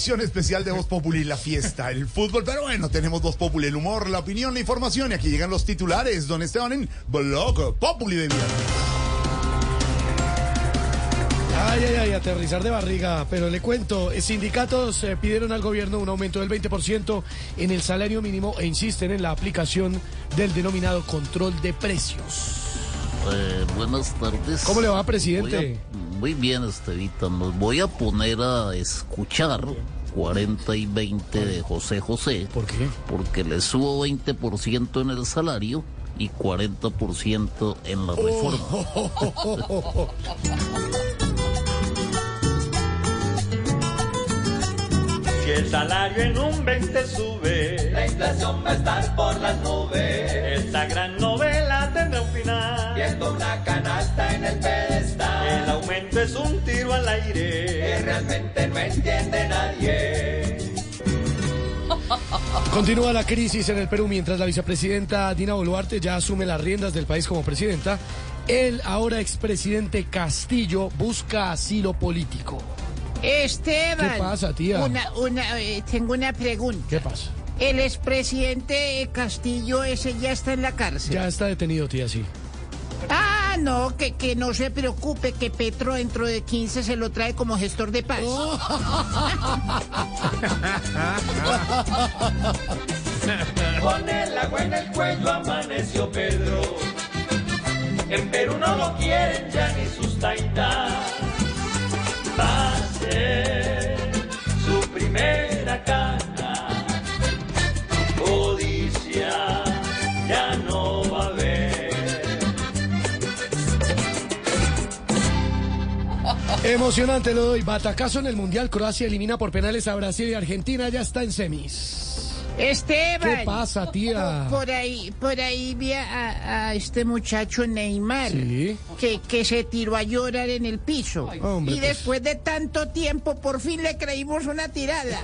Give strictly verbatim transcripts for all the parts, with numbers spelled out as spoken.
Sección especial de Voz Populi, la fiesta, el fútbol, pero bueno, tenemos Voz Populi, el humor, la opinión, la información, y aquí llegan los titulares. Don Esteban en Blog Populi de viernes. Ay, ay, ay, aterrizar de barriga, pero le cuento, sindicatos eh, pidieron al gobierno un aumento del veinte por ciento en el salario mínimo e insisten en la aplicación del denominado control de precios. Eh, buenas tardes. ¿Cómo le va, presidente? Voy a, muy bien, Estevita. Nos voy a poner a escuchar cuarenta y veinte de José José. ¿Por qué? Porque le subo veinte por ciento en el salario y cuarenta por ciento en la reforma. Oh, oh, oh, oh, oh, oh. Si el salario en un veinte sube, la inflación va a estar por las nubes. Esta gran novela tendrá un final. Viendo una canasta en el pedestal. El aumento es un tiro al aire que realmente no entiende nadie. Continúa la crisis en el Perú mientras la vicepresidenta Dina Boluarte ya asume las riendas del país como presidenta. El ahora expresidente Castillo busca asilo político. Esteban. ¿Qué pasa, tía? Una, una, eh, tengo una pregunta. ¿Qué pasa? ¿El expresidente Castillo ese ya está en la cárcel? Ya está detenido, tía, sí. Ah, no, que, que no se preocupe, que Petro dentro de quince se lo trae como gestor de paz. Oh. Con el agua en el cuello amaneció Pedro. En Perú no lo quieren ya ni sus taitas. Va a ser su primera cana. Codicia ya no va a haber. Emocionante lo doy. Batacazo en el Mundial. Croacia elimina por penales a Brasil y Argentina ya está en semis. Esteban. ¿Qué pasa, tía? Por ahí, por ahí vi a, a este muchacho Neymar, Sí. que, que se tiró a llorar en el piso. Ay, hombre, y pues. después de tanto tiempo, por fin le creímos una tirada.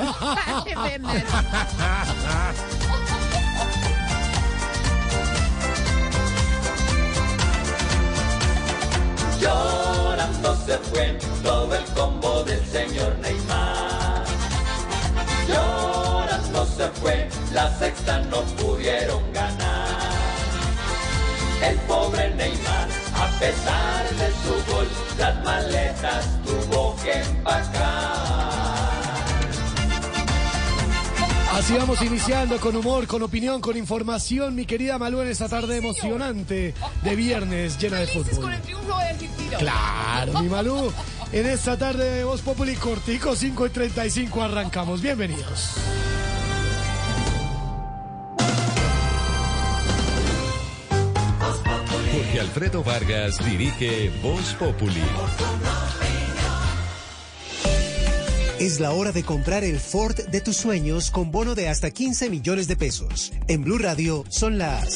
Llorando se fue todo el combo del señor Neymar. Llorando se fue, la sexta no pudieron ganar. El pobre Neymar, a pesar de su gol, las maletas tuvo que empacar. Así vamos iniciando con humor, con opinión, con información, mi querida Malú, en esta tarde emocionante de viernes llena de fútbol. Con el triunfo de Argentina. Claro, mi Malú. En esta tarde de Voz Populi cortico, cinco y treinta y cinco, arrancamos. Bienvenidos. Jorge Alfredo Vargas dirige Voz Populi. Es la hora de comprar el Ford de tus sueños con bono de hasta quince millones de pesos. En Blue Radio son las...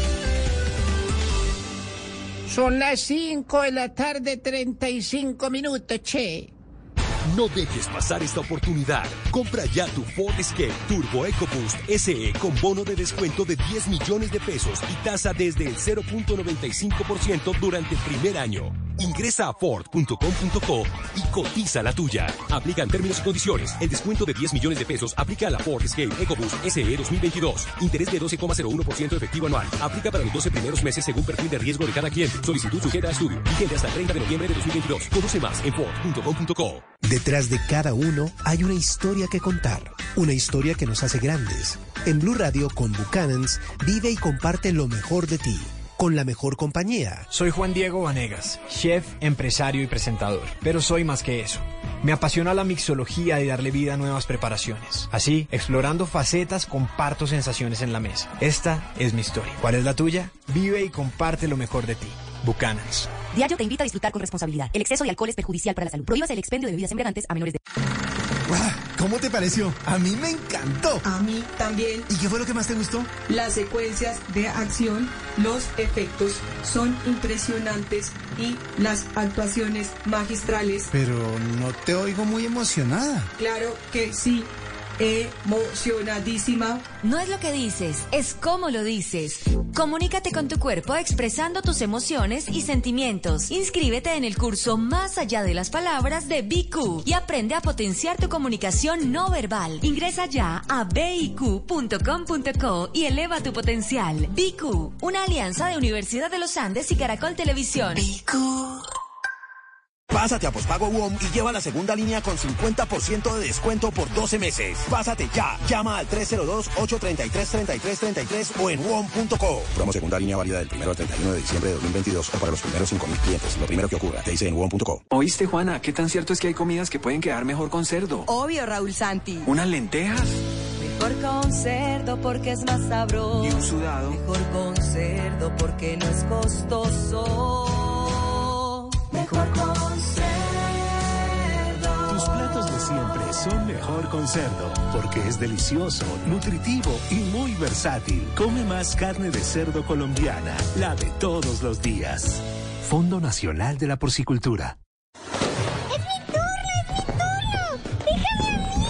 Son las cinco de la tarde, treinta y cinco minutos, che. No dejes pasar esta oportunidad. Compra ya tu Ford Escape Turbo EcoBoost S E con bono de descuento de diez millones de pesos y tasa desde el cero punto noventa y cinco por ciento durante el primer año. Ingresa a ford punto com punto co y cotiza la tuya. Aplican términos y condiciones. El descuento de diez millones de pesos aplica a la Ford Escape EcoBoost S E dos mil veintidós. Interés de doce coma cero uno por ciento efectivo anual. Aplica para los doce primeros meses según perfil de riesgo de cada cliente. Solicitud sujeta a estudio. Vigente hasta el treinta de noviembre de dos mil veintidós. Conoce más en ford punto com punto co. Detrás de cada uno hay una historia que contar. Una historia que nos hace grandes. En Blue Radio con Buchanan's vive y comparte lo mejor de ti. Con la mejor compañía. Soy Juan Diego Vanegas, chef, empresario y presentador. Pero soy más que eso. Me apasiona la mixología y darle vida a nuevas preparaciones. Así, explorando facetas, comparto sensaciones en la mesa. Esta es mi historia. ¿Cuál es la tuya? Vive y comparte lo mejor de ti. Buchanan's. Diageo te invita a disfrutar con responsabilidad. El exceso de alcohol es perjudicial para la salud. Prohíbas el expendio de bebidas embriagantes a menores de... ¿Cómo te pareció? A mí me encantó. A mí también. ¿Y qué fue lo que más te gustó? Las secuencias de acción, los efectos son impresionantes y las actuaciones magistrales. Pero no te oigo muy emocionada. Claro que sí. emocionadísima. No es lo que dices, es cómo lo dices. Comunícate con tu cuerpo expresando tus emociones y sentimientos. Inscríbete en el curso Más allá de las palabras de B Q y aprende a potenciar tu comunicación no verbal. Ingresa ya a b i q punto com punto co y eleva tu potencial. B Q, una alianza de Universidad de los Andes y Caracol Televisión. B Q. Pásate a Pospago W O M y lleva la segunda línea con cincuenta por ciento de descuento por doce meses. Pásate ya. Llama al tres cero dos, ocho tres tres, tres tres tres tres o en W O M punto co. Promo segunda línea válida del primero al treinta y uno de diciembre de dos mil veintidós o para los primeros cinco mil clientes. Lo primero que ocurra. Te dice en W O M punto co. ¿Oíste, Juana? ¿Qué tan cierto es que hay comidas que pueden quedar mejor con cerdo? Obvio, Raúl Santi. ¿Unas lentejas? Mejor con cerdo porque es más sabroso. ¿Y un sudado? Mejor con cerdo porque no es costoso. Mejor con cerdo. Tus platos de siempre son mejor con cerdo, porque es delicioso, nutritivo y muy versátil. Come más carne de cerdo colombiana, la de todos los días. Fondo Nacional de la Porcicultura. ¡Es mi turno, es mi turno! ¡Déjame a mí!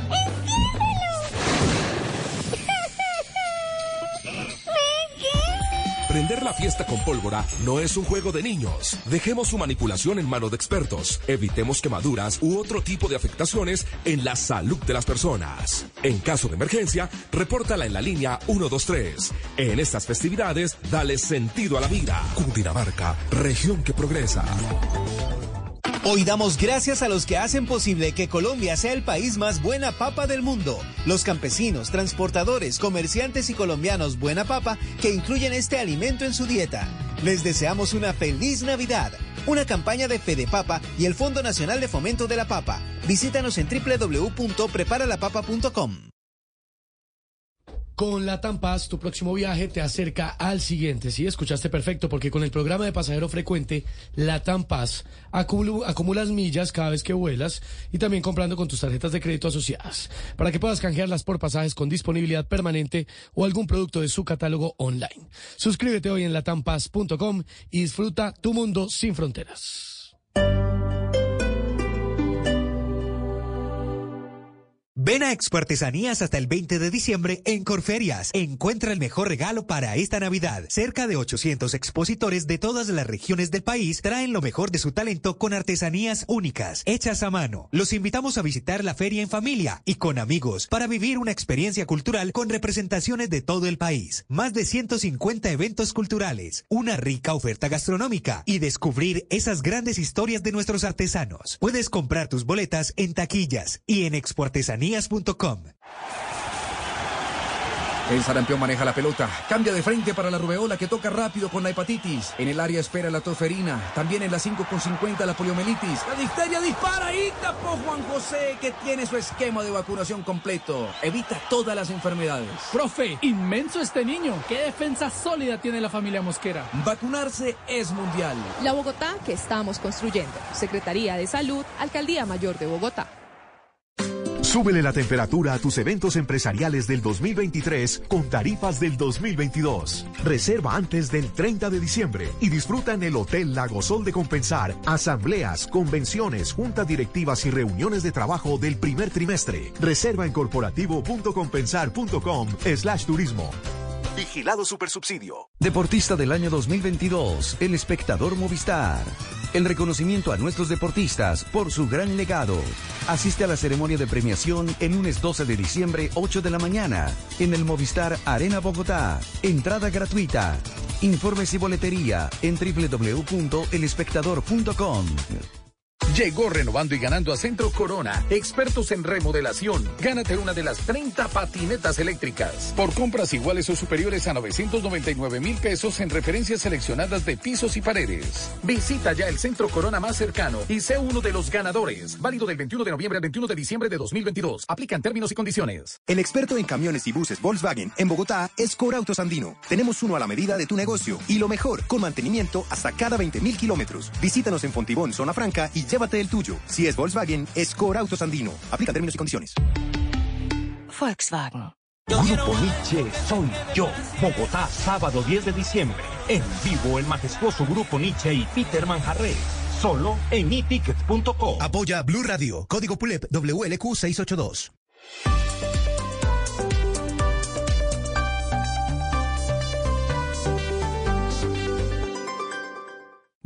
¡Enciéndelo! Prender la fiesta con pólvora no es un juego de niños. Dejemos su manipulación en manos de expertos. Evitemos quemaduras u otro tipo de afectaciones en la salud de las personas. En caso de emergencia, repórtala en la línea uno dos tres. En estas festividades, dale sentido a la vida. Cundinamarca, región que progresa. Hoy damos gracias a los que hacen posible que Colombia sea el país más buena papa del mundo. Los campesinos, transportadores, comerciantes y colombianos buena papa que incluyen este alimento en su dieta. Les deseamos una feliz Navidad. Una campaña de Fedepapa y el Fondo Nacional de Fomento de la Papa. Visítanos en doble u doble u doble u punto prepara la papa punto com. Con Latam Pass, tu próximo viaje te acerca al siguiente. Sí, escuchaste perfecto, porque con el programa de pasajero frecuente Latam Pass acumul- acumulas millas cada vez que vuelas y también comprando con tus tarjetas de crédito asociadas, para que puedas canjearlas por pasajes con disponibilidad permanente o algún producto de su catálogo online. Suscríbete hoy en latam pass punto com y disfruta tu mundo sin fronteras. Ven a Expo Artesanías hasta el veinte de diciembre en Corferias. Encuentra el mejor regalo para esta Navidad. Cerca de ochocientos expositores de todas las regiones del país traen lo mejor de su talento con artesanías únicas, hechas a mano. Los invitamos a visitar la feria en familia y con amigos para vivir una experiencia cultural con representaciones de todo el país. Más de ciento cincuenta eventos culturales, una rica oferta gastronómica y descubrir esas grandes historias de nuestros artesanos. Puedes comprar tus boletas en taquillas y en expo artesanías punto com. El sarampión maneja la pelota, cambia de frente para la rubeola que toca rápido con la hepatitis. En el área espera la tosferina, también en la cinco con cincuenta la poliomielitis. La difteria dispara y tapó Juan José, que tiene su esquema de vacunación completo. Evita todas las enfermedades. Profe, inmenso este niño. ¿Qué defensa sólida tiene la familia Mosquera? Vacunarse es mundial. La Bogotá que estamos construyendo. Secretaría de Salud, Alcaldía Mayor de Bogotá. Súbele la temperatura a tus eventos empresariales del dos mil veintitrés con tarifas del dos mil veintidós. Reserva antes del treinta de diciembre y disfruta en el Hotel Lago Sol de Compensar asambleas, convenciones, juntas directivas y reuniones de trabajo del primer trimestre. Reserva en corporativo punto compensar punto com slash turismo. Vigilado Supersubsidio. Deportista del año dos mil veintidós, El Espectador Movistar. El reconocimiento a nuestros deportistas por su gran legado. Asiste a la ceremonia de premiación el lunes doce de diciembre, ocho de la mañana, en el Movistar Arena Bogotá. Entrada gratuita. Informes y boletería en doble u doble u doble u punto el espectador punto com. Llegó renovando y ganando a Centro Corona, expertos en remodelación. Gánate una de las treinta patinetas eléctricas. Por compras iguales o superiores a novecientos noventa y nueve mil pesos en referencias seleccionadas de pisos y paredes. Visita ya el Centro Corona más cercano y sé uno de los ganadores. Válido del veintiuno de noviembre al veintiuno de diciembre de dos mil veintidós. Aplican términos y condiciones. El experto en camiones y buses Volkswagen en Bogotá es Cora Autos Andino. Tenemos uno a la medida de tu negocio y lo mejor, con mantenimiento hasta cada veinte mil kilómetros. Visítanos en Fontibón, Zona Franca y llévate el tuyo. Si es Volkswagen, es Cora Autos Andino. Aplica términos y condiciones. Volkswagen. Grupo Nietzsche Soy Yo. Bogotá, sábado diez de diciembre. En vivo el majestuoso Grupo Nietzsche y Peter Manjarrés. Solo en i tickets punto co. Apoya Blue Radio. Código P U L E P W L Q seiscientos ochenta y dos.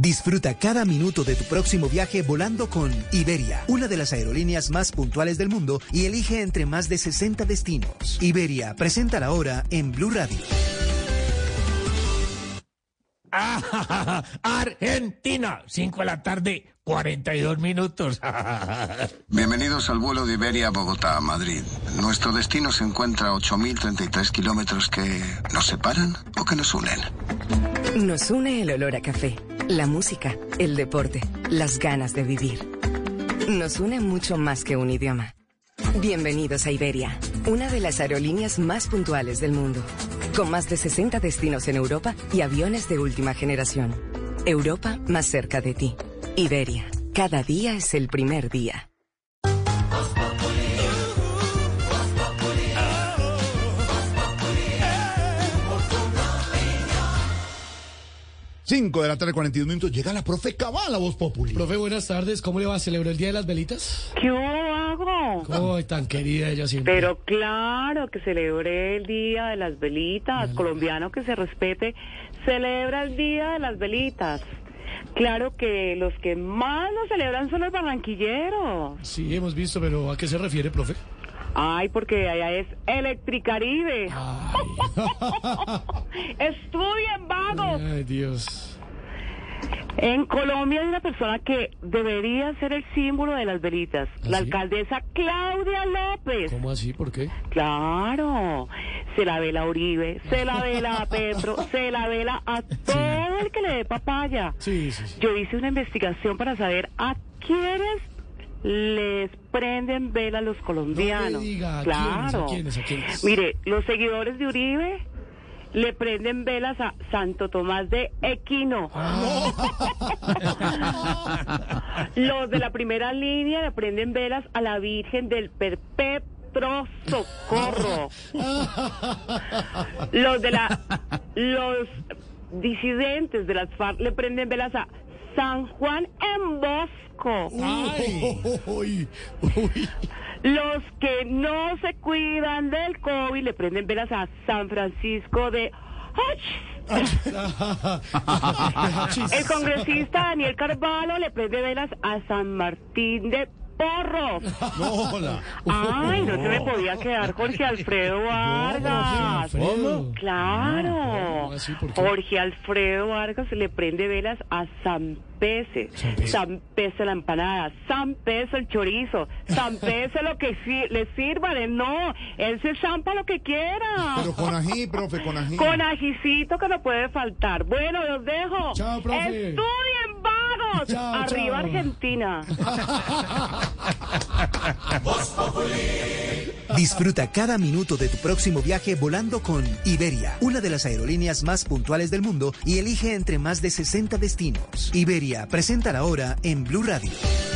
Disfruta cada minuto de tu próximo viaje volando con Iberia, una de las aerolíneas más puntuales del mundo, y elige entre más de sesenta destinos. Iberia, presenta la hora en Blue Radio. Ah, Argentina, cinco de la tarde, cuarenta y dos minutos. Bienvenidos al vuelo de Iberia a Bogotá, Madrid. Nuestro destino se encuentra a ocho mil treinta y tres kilómetros que nos separan o que nos unen. Nos une el olor a café, la música, el deporte, las ganas de vivir. Nos une mucho más que un idioma. Bienvenidos a Iberia, una de las aerolíneas más puntuales del mundo, con más de sesenta destinos en Europa y aviones de última generación. Europa más cerca de ti. Iberia, cada día es el primer día. cinco de la tarde, cuarenta y dos minutos. Llega la profe Cabal, la Voz Populi. Profe, buenas tardes. ¿Cómo le va? ¿Celebró el Día de las Velitas? ¿Qué hago? ¿Cómo tan querida ella siempre? Pero claro que celebré el Día de las Velitas. Vale. Colombiano que se respete, celebra el Día de las Velitas. Claro que los que más lo celebran son los barranquilleros. Sí, hemos visto, pero ¿a qué se refiere, profe? Ay, porque allá es Electricaribe. Estudien, vagos. Ay, Dios. En Colombia hay una persona que debería ser el símbolo de las velitas. ¿Ah, la sí? alcaldesa Claudia López. ¿Cómo así? ¿Por qué? Claro. Se la vela a Uribe, se la vela a Petro, se la vela a todo el que le dé papaya. Sí, sí, sí. Yo hice una investigación para saber a quiénes les prenden vela a los colombianos. No me diga, claro. ¿a quiénes, a quiénes, a quiénes? Mire, los seguidores de Uribe le prenden velas a Santo Tomás de Aquino. Ah. Los de la primera línea le prenden velas a la Virgen del Perpetuo Socorro. Los de la los disidentes de las FARC le prenden velas a San Juan en Bosco. Ay. Uy, uy. Los que no se cuidan del COVID le prenden velas a San Francisco de El congresista Daniel Carvalho le prende velas a San Martín de Porros. No, hola. Ay, no se me podía quedar Jorge Alfredo Vargas. No, Alfredo. Claro. No, así, ¿por qué? Jorge Alfredo Vargas le prende velas a San Pese. San Pese. San Pese la empanada, San Pese el chorizo, San Pese lo que si le sirvan. No, él se zampa lo que quiera. Pero con ají, profe, con ají. Con ajicito que no puede faltar. Bueno, los dejo. Chao, profe. Estudien, vagos. Chao, Arriba chao. Argentina. Disfruta cada minuto de tu próximo viaje volando con Iberia, una de las aerolíneas más puntuales del mundo, y elige entre más de sesenta destinos. Iberia, presenta la hora en Blue Radio.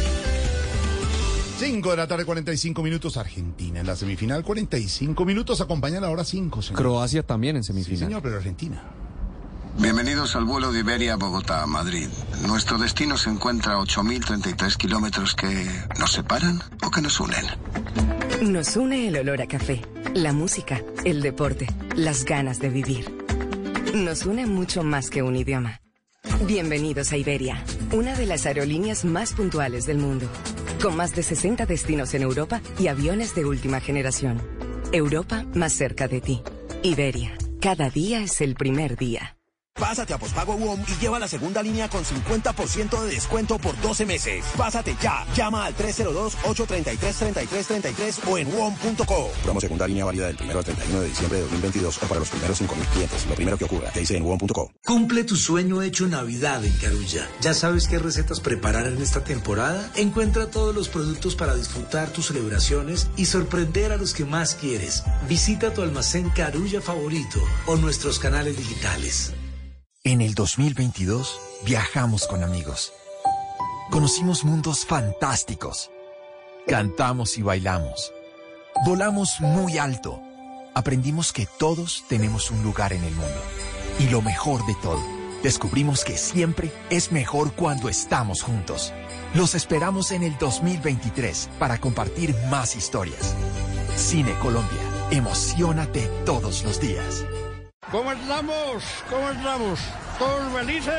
cinco de la tarde, cuarenta y cinco minutos. Argentina en la semifinal, cuarenta y cinco minutos. Acompaña la hora cinco, señor. Croacia también en semifinal. Sí, señor, pero Argentina. Bienvenidos al vuelo de Iberia a Bogotá, Madrid. Nuestro destino se encuentra a ocho mil treinta y tres kilómetros que nos separan o que nos unen. Nos une el olor a café, la música, el deporte, las ganas de vivir. Nos une mucho más que un idioma. Bienvenidos a Iberia, una de las aerolíneas más puntuales del mundo, con más de sesenta destinos en Europa y aviones de última generación. Europa más cerca de ti. Iberia, cada día es el primer día. Pásate a Postpago W O M y lleva la segunda línea con cincuenta por ciento de descuento por doce meses. Pásate ya. Llama al tres cero dos, ocho tres tres, tres tres tres tres o en W O M punto co. Promo segunda línea válida del primero al treinta y uno de diciembre de dos mil veintidós o para los primeros cinco mil clientes. Lo primero que ocurra. Te dice en W O M punto co. Cumple tu sueño hecho Navidad en Carulla. ¿Ya sabes qué recetas preparar en esta temporada? Encuentra todos los productos para disfrutar tus celebraciones y sorprender a los que más quieres. Visita tu almacén Carulla favorito o nuestros canales digitales. En el dos mil veintidós viajamos con amigos. Conocimos mundos fantásticos. Cantamos y bailamos. Volamos muy alto. Aprendimos que todos tenemos un lugar en el mundo. Y lo mejor de todo, descubrimos que siempre es mejor cuando estamos juntos. Los esperamos en el dos mil veintitrés para compartir más historias. Cine Colombia. Emociónate todos los días. ¿Cómo estamos? ¿Cómo estamos? ¿Todos felices?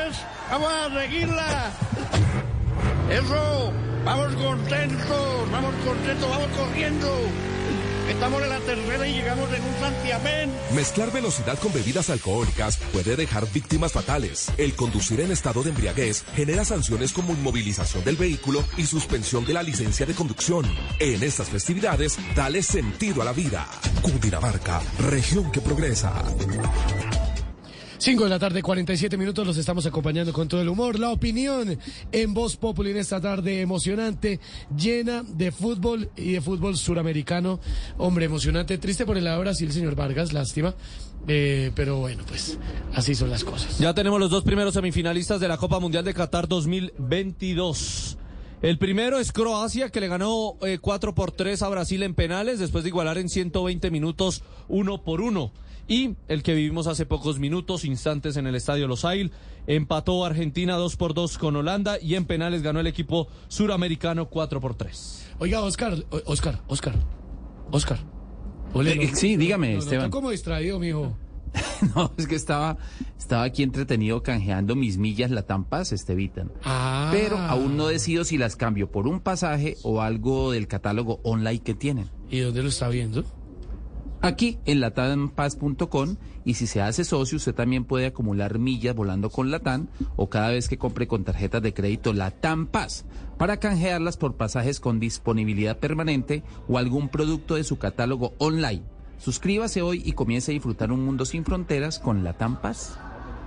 vamos a seguirla. Eso, vamos contentos, vamos contentos, vamos corriendo. Estamos en la tercera y llegamos en un santiamén. Mezclar velocidad con bebidas alcohólicas puede dejar víctimas fatales. El conducir en estado de embriaguez genera sanciones como inmovilización del vehículo y suspensión de la licencia de conducción. En estas festividades, dale sentido a la vida. Cundinamarca, región que progresa. cinco de la tarde, cuarenta y siete minutos, los estamos acompañando con todo el humor, la opinión en Voz Populi en esta tarde emocionante, llena de fútbol y de fútbol suramericano. Hombre, emocionante, triste por el lado de Brasil, señor Vargas, lástima, eh, pero bueno, pues así son las cosas. Ya tenemos los dos primeros semifinalistas de la Copa Mundial de Qatar dos mil veintidós. El primero es Croacia, que le ganó eh, cuatro por tres a Brasil en penales, después de igualar en ciento veinte minutos uno por uno. Y el que vivimos hace pocos minutos, instantes en el Estadio Losail, empató Argentina dos por dos con Holanda y en penales ganó el equipo suramericano cuatro por tres. Oiga, Oscar, Oscar, Oscar, Oscar. Ole, eh, no, sí, no, dígame, no, no, Esteban. No, como distraído, mijo. No, es que estaba, estaba aquí entretenido canjeando mis millas Latam Pass, Estevitan. Ah. Pero aún no decido si las cambio por un pasaje o algo del catálogo online que tienen. ¿Y dónde lo está viendo? Aquí en latam pass punto com, y si se hace socio usted también puede acumular millas volando con Latam o cada vez que compre con tarjetas de crédito Latam Pass para canjearlas por pasajes con disponibilidad permanente o algún producto de su catálogo online. Suscríbase hoy y comience a disfrutar un mundo sin fronteras con Latam Pass.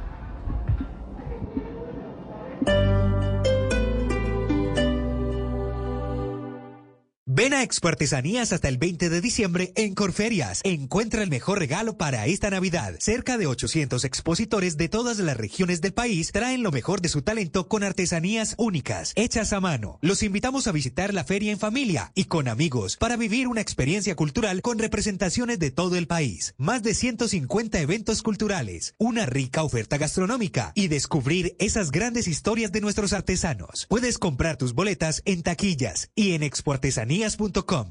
Ven a Expo Artesanías hasta el veinte de diciembre en Corferias. Encuentra el mejor regalo para esta Navidad. Cerca de ochocientos expositores de todas las regiones del país traen lo mejor de su talento con artesanías únicas, hechas a mano. Los invitamos a visitar la feria en familia y con amigos para vivir una experiencia cultural con representaciones de todo el país. Más de ciento cincuenta eventos culturales, una rica oferta gastronómica y descubrir esas grandes historias de nuestros artesanos. Puedes comprar tus boletas en taquillas y en Expo Artesanías punto com.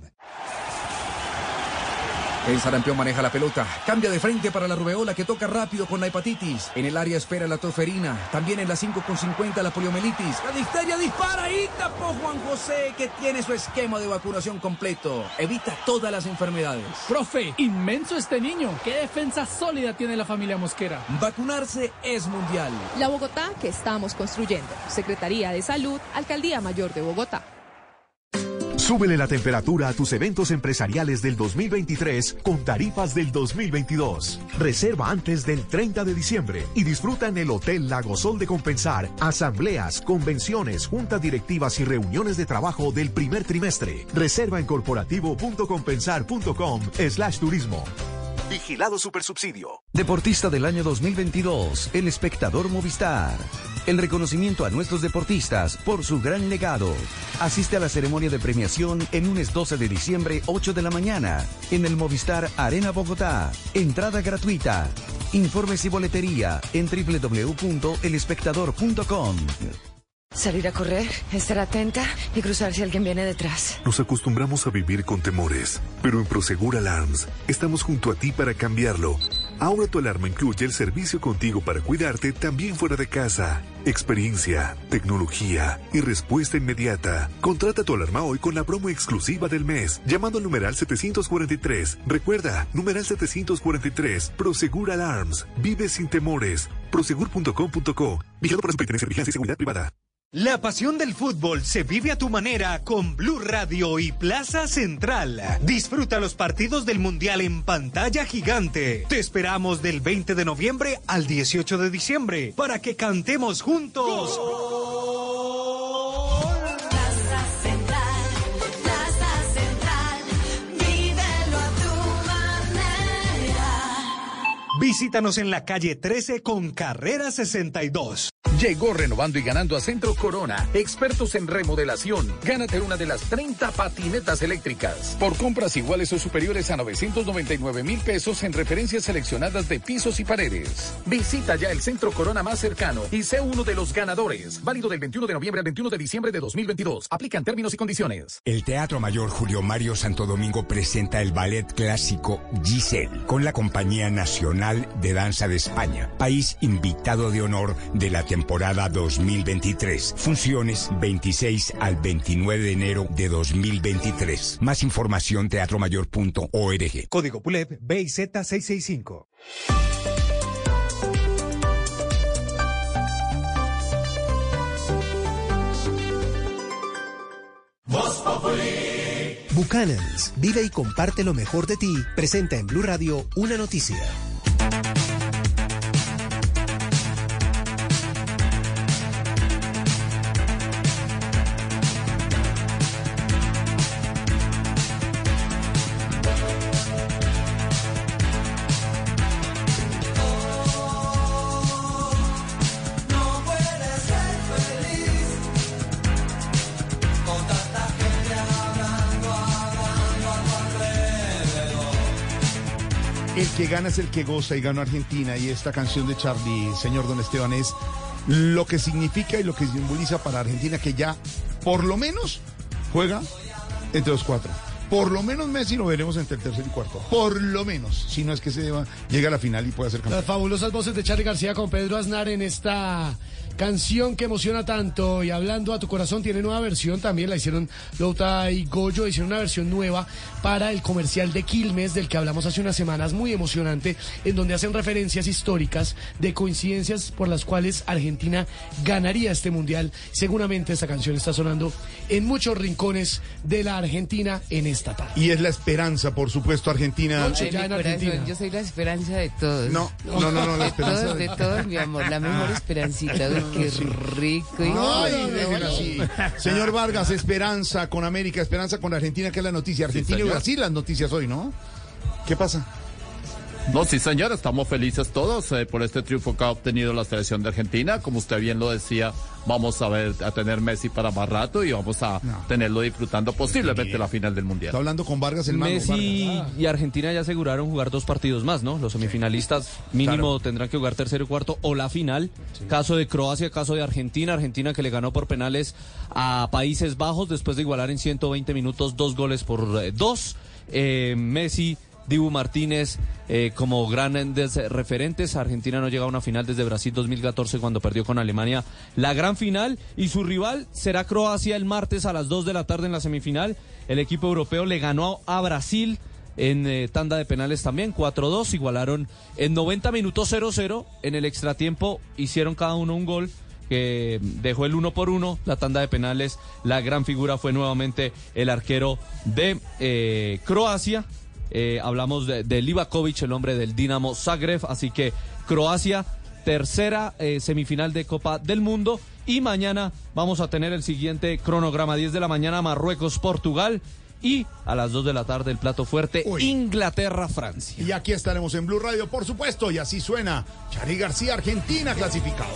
El sarampión maneja la pelota. Cambia de frente para la rubeola que toca rápido con la hepatitis. En el área espera la tosferina. También en la cinco con cincuenta la poliomielitis. La difteria dispara y tapó Juan José, que tiene su esquema de vacunación completo. Evita todas las enfermedades. Profe, inmenso este niño. ¿Qué defensa sólida tiene la familia Mosquera? Vacunarse es mundial. La Bogotá que estamos construyendo. Secretaría de Salud, Alcaldía Mayor de Bogotá. Súbele la temperatura a tus eventos empresariales del dos mil veintitrés con tarifas del dos mil veintidós. Reserva antes del treinta de diciembre y disfruta en el Hotel Lago Sol de Compensar asambleas, convenciones, juntas directivas y reuniones de trabajo del primer trimestre. Reserva en corporativo punto compensar punto com slash turismo. Vigilado Supersubsidio. Deportista del año dos mil veintidós, El Espectador Movistar. El reconocimiento a nuestros deportistas por su gran legado. Asiste a la ceremonia de premiación el lunes doce de diciembre, ocho de la mañana, en el Movistar Arena Bogotá. Entrada gratuita. Informes y boletería en doble u doble u doble u punto el espectador punto com. Salir a correr, estar atenta y cruzar si alguien viene detrás. Nos acostumbramos a vivir con temores, pero en Prosegur Alarms estamos junto a ti para cambiarlo. Ahora tu alarma incluye el servicio contigo para cuidarte también fuera de casa. Experiencia, tecnología y respuesta inmediata. Contrata tu alarma hoy con la promo exclusiva del mes, llamando al numeral setecientos cuarenta y tres. Recuerda, numeral setecientos cuarenta y tres. Prosegur Alarms. Vive sin temores. prosegur punto com punto co. Vigilado por la Superintendencia de Vigilancia y Seguridad Privada. La pasión del fútbol se vive a tu manera con Blue Radio y Plaza Central. Disfruta los partidos del Mundial en pantalla gigante. Te esperamos del veinte de noviembre al dieciocho de diciembre para que cantemos juntos. ¡Gol! Plaza Central, Plaza Central, vívelo a tu manera. Visítanos en la calle trece con carrera sesenta y dos. Llegó renovando y ganando a Centro Corona, expertos en remodelación. Gánate una de las treinta patinetas eléctricas. Por compras iguales o superiores a novecientos noventa y nueve mil pesos en referencias seleccionadas de pisos y paredes. Visita ya el Centro Corona más cercano y sé uno de los ganadores. Válido del veintiuno de noviembre al veintiuno de diciembre de dos mil veintidós. Aplican términos y condiciones. El Teatro Mayor Julio Mario Santo Domingo presenta el ballet clásico Giselle con la Compañía Nacional de Danza de España, país invitado de honor de la temporada dos mil veintitrés. Funciones veintiséis al veintinueve de enero de dos mil veintitrés. Más información teatro mayor punto org. Código P U L E P B I Z seiscientos sesenta y cinco. Buchanan's, vive y comparte lo mejor de ti, presenta en Blue Radio una noticia. El que gana es el que goza y ganó Argentina, y esta canción de Charlie, señor Don Esteban, es lo que significa y lo que simboliza para Argentina, que ya por lo menos juega entre los cuatro. Por lo menos Messi lo veremos entre el tercer y cuarto. Por lo menos, si no es que se deba, llega a la final y puede ser campeón. Las fabulosas voces de Charly García con Pedro Aznar en esta canción que emociona tanto. Y hablando a tu corazón, tiene nueva versión también, la hicieron Louta y Goyo, hicieron una versión nueva para el comercial de Quilmes, del que hablamos hace unas semanas, muy emocionante, en donde hacen referencias históricas de coincidencias por las cuales Argentina ganaría este mundial. Seguramente esta canción está sonando en muchos rincones de la Argentina en esta tarde. Y es la esperanza, por supuesto, Argentina. Noche ya en Argentina. Yo soy la esperanza de todos. No, no, no, no, la esperanza de todos, de todos, mi amor, la mejor esperancita. Uy, qué rico. Ay, déjenlo así. Señor Vargas, esperanza con América, esperanza con Argentina, que es la noticia. Argentina Sí, y Brasil, las noticias hoy, ¿no? ¿Qué pasa? No, sí, señor, estamos felices todos eh, por este triunfo que ha obtenido la selección de Argentina. Como usted bien lo decía, vamos a ver a tener Messi para más rato y vamos a no. tenerlo disfrutando posiblemente la final del Mundial. Está hablando con Vargas, el mago. Messi Vargas. y Argentina ya aseguraron jugar dos partidos más, ¿no? Los semifinalistas sí, mínimo claro. tendrán que jugar tercero y cuarto o la final. Sí. Caso de Croacia, caso de Argentina. Argentina que le ganó por penales a Países Bajos después de igualar en ciento veinte minutos dos goles por eh, dos. Eh, Messi, Dibu Martínez eh, como grandes referentes. Argentina no llega a una final desde Brasil dos mil catorce cuando perdió con Alemania la gran final, y su rival será Croacia el martes a las dos de la tarde en la semifinal. El equipo europeo le ganó a Brasil en eh, tanda de penales también, cuatro dos, igualaron en noventa minutos cero cero, en el extratiempo hicieron cada uno un gol que dejó el uno por uno, la tanda de penales. La gran figura fue nuevamente el arquero de eh, Croacia. Eh, hablamos de, de Livakovic, el hombre del Dinamo Zagreb. Así que Croacia, tercera eh, semifinal de Copa del Mundo. Y mañana vamos a tener el siguiente cronograma: diez de la mañana Marruecos, Portugal, y a las dos de la tarde el plato fuerte, Inglaterra, Francia. Y aquí estaremos en Blue Radio, por supuesto, y así suena Charly García, Argentina clasificado.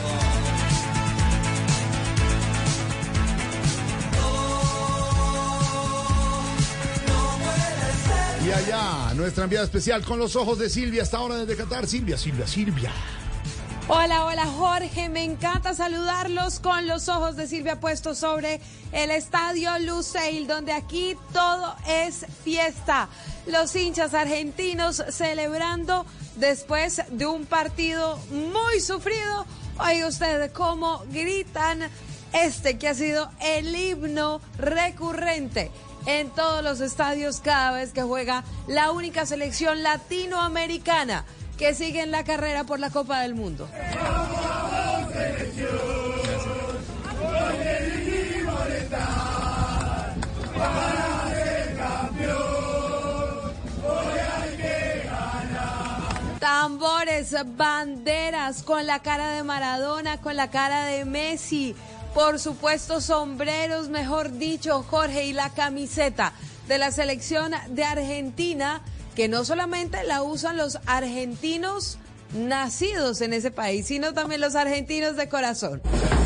Y allá, nuestra enviada especial con los ojos de Silvia, hasta ahora desde Qatar. Silvia, Silvia, Silvia. Hola, hola Jorge, me encanta saludarlos con los ojos de Silvia puestos sobre el estadio Lusail, donde aquí todo es fiesta. Los hinchas argentinos celebrando después de un partido muy sufrido. Oiga usted cómo gritan este que ha sido el himno recurrente en todos los estadios cada vez que juega la única selección latinoamericana que sigue en la carrera por la Copa del Mundo. Tambores, banderas, con la cara de Maradona, con la cara de Messi. Por supuesto, sombreros, mejor dicho, Jorge, y la camiseta de la selección de Argentina, que no solamente la usan los argentinos nacidos en ese país, sino también los argentinos de corazón.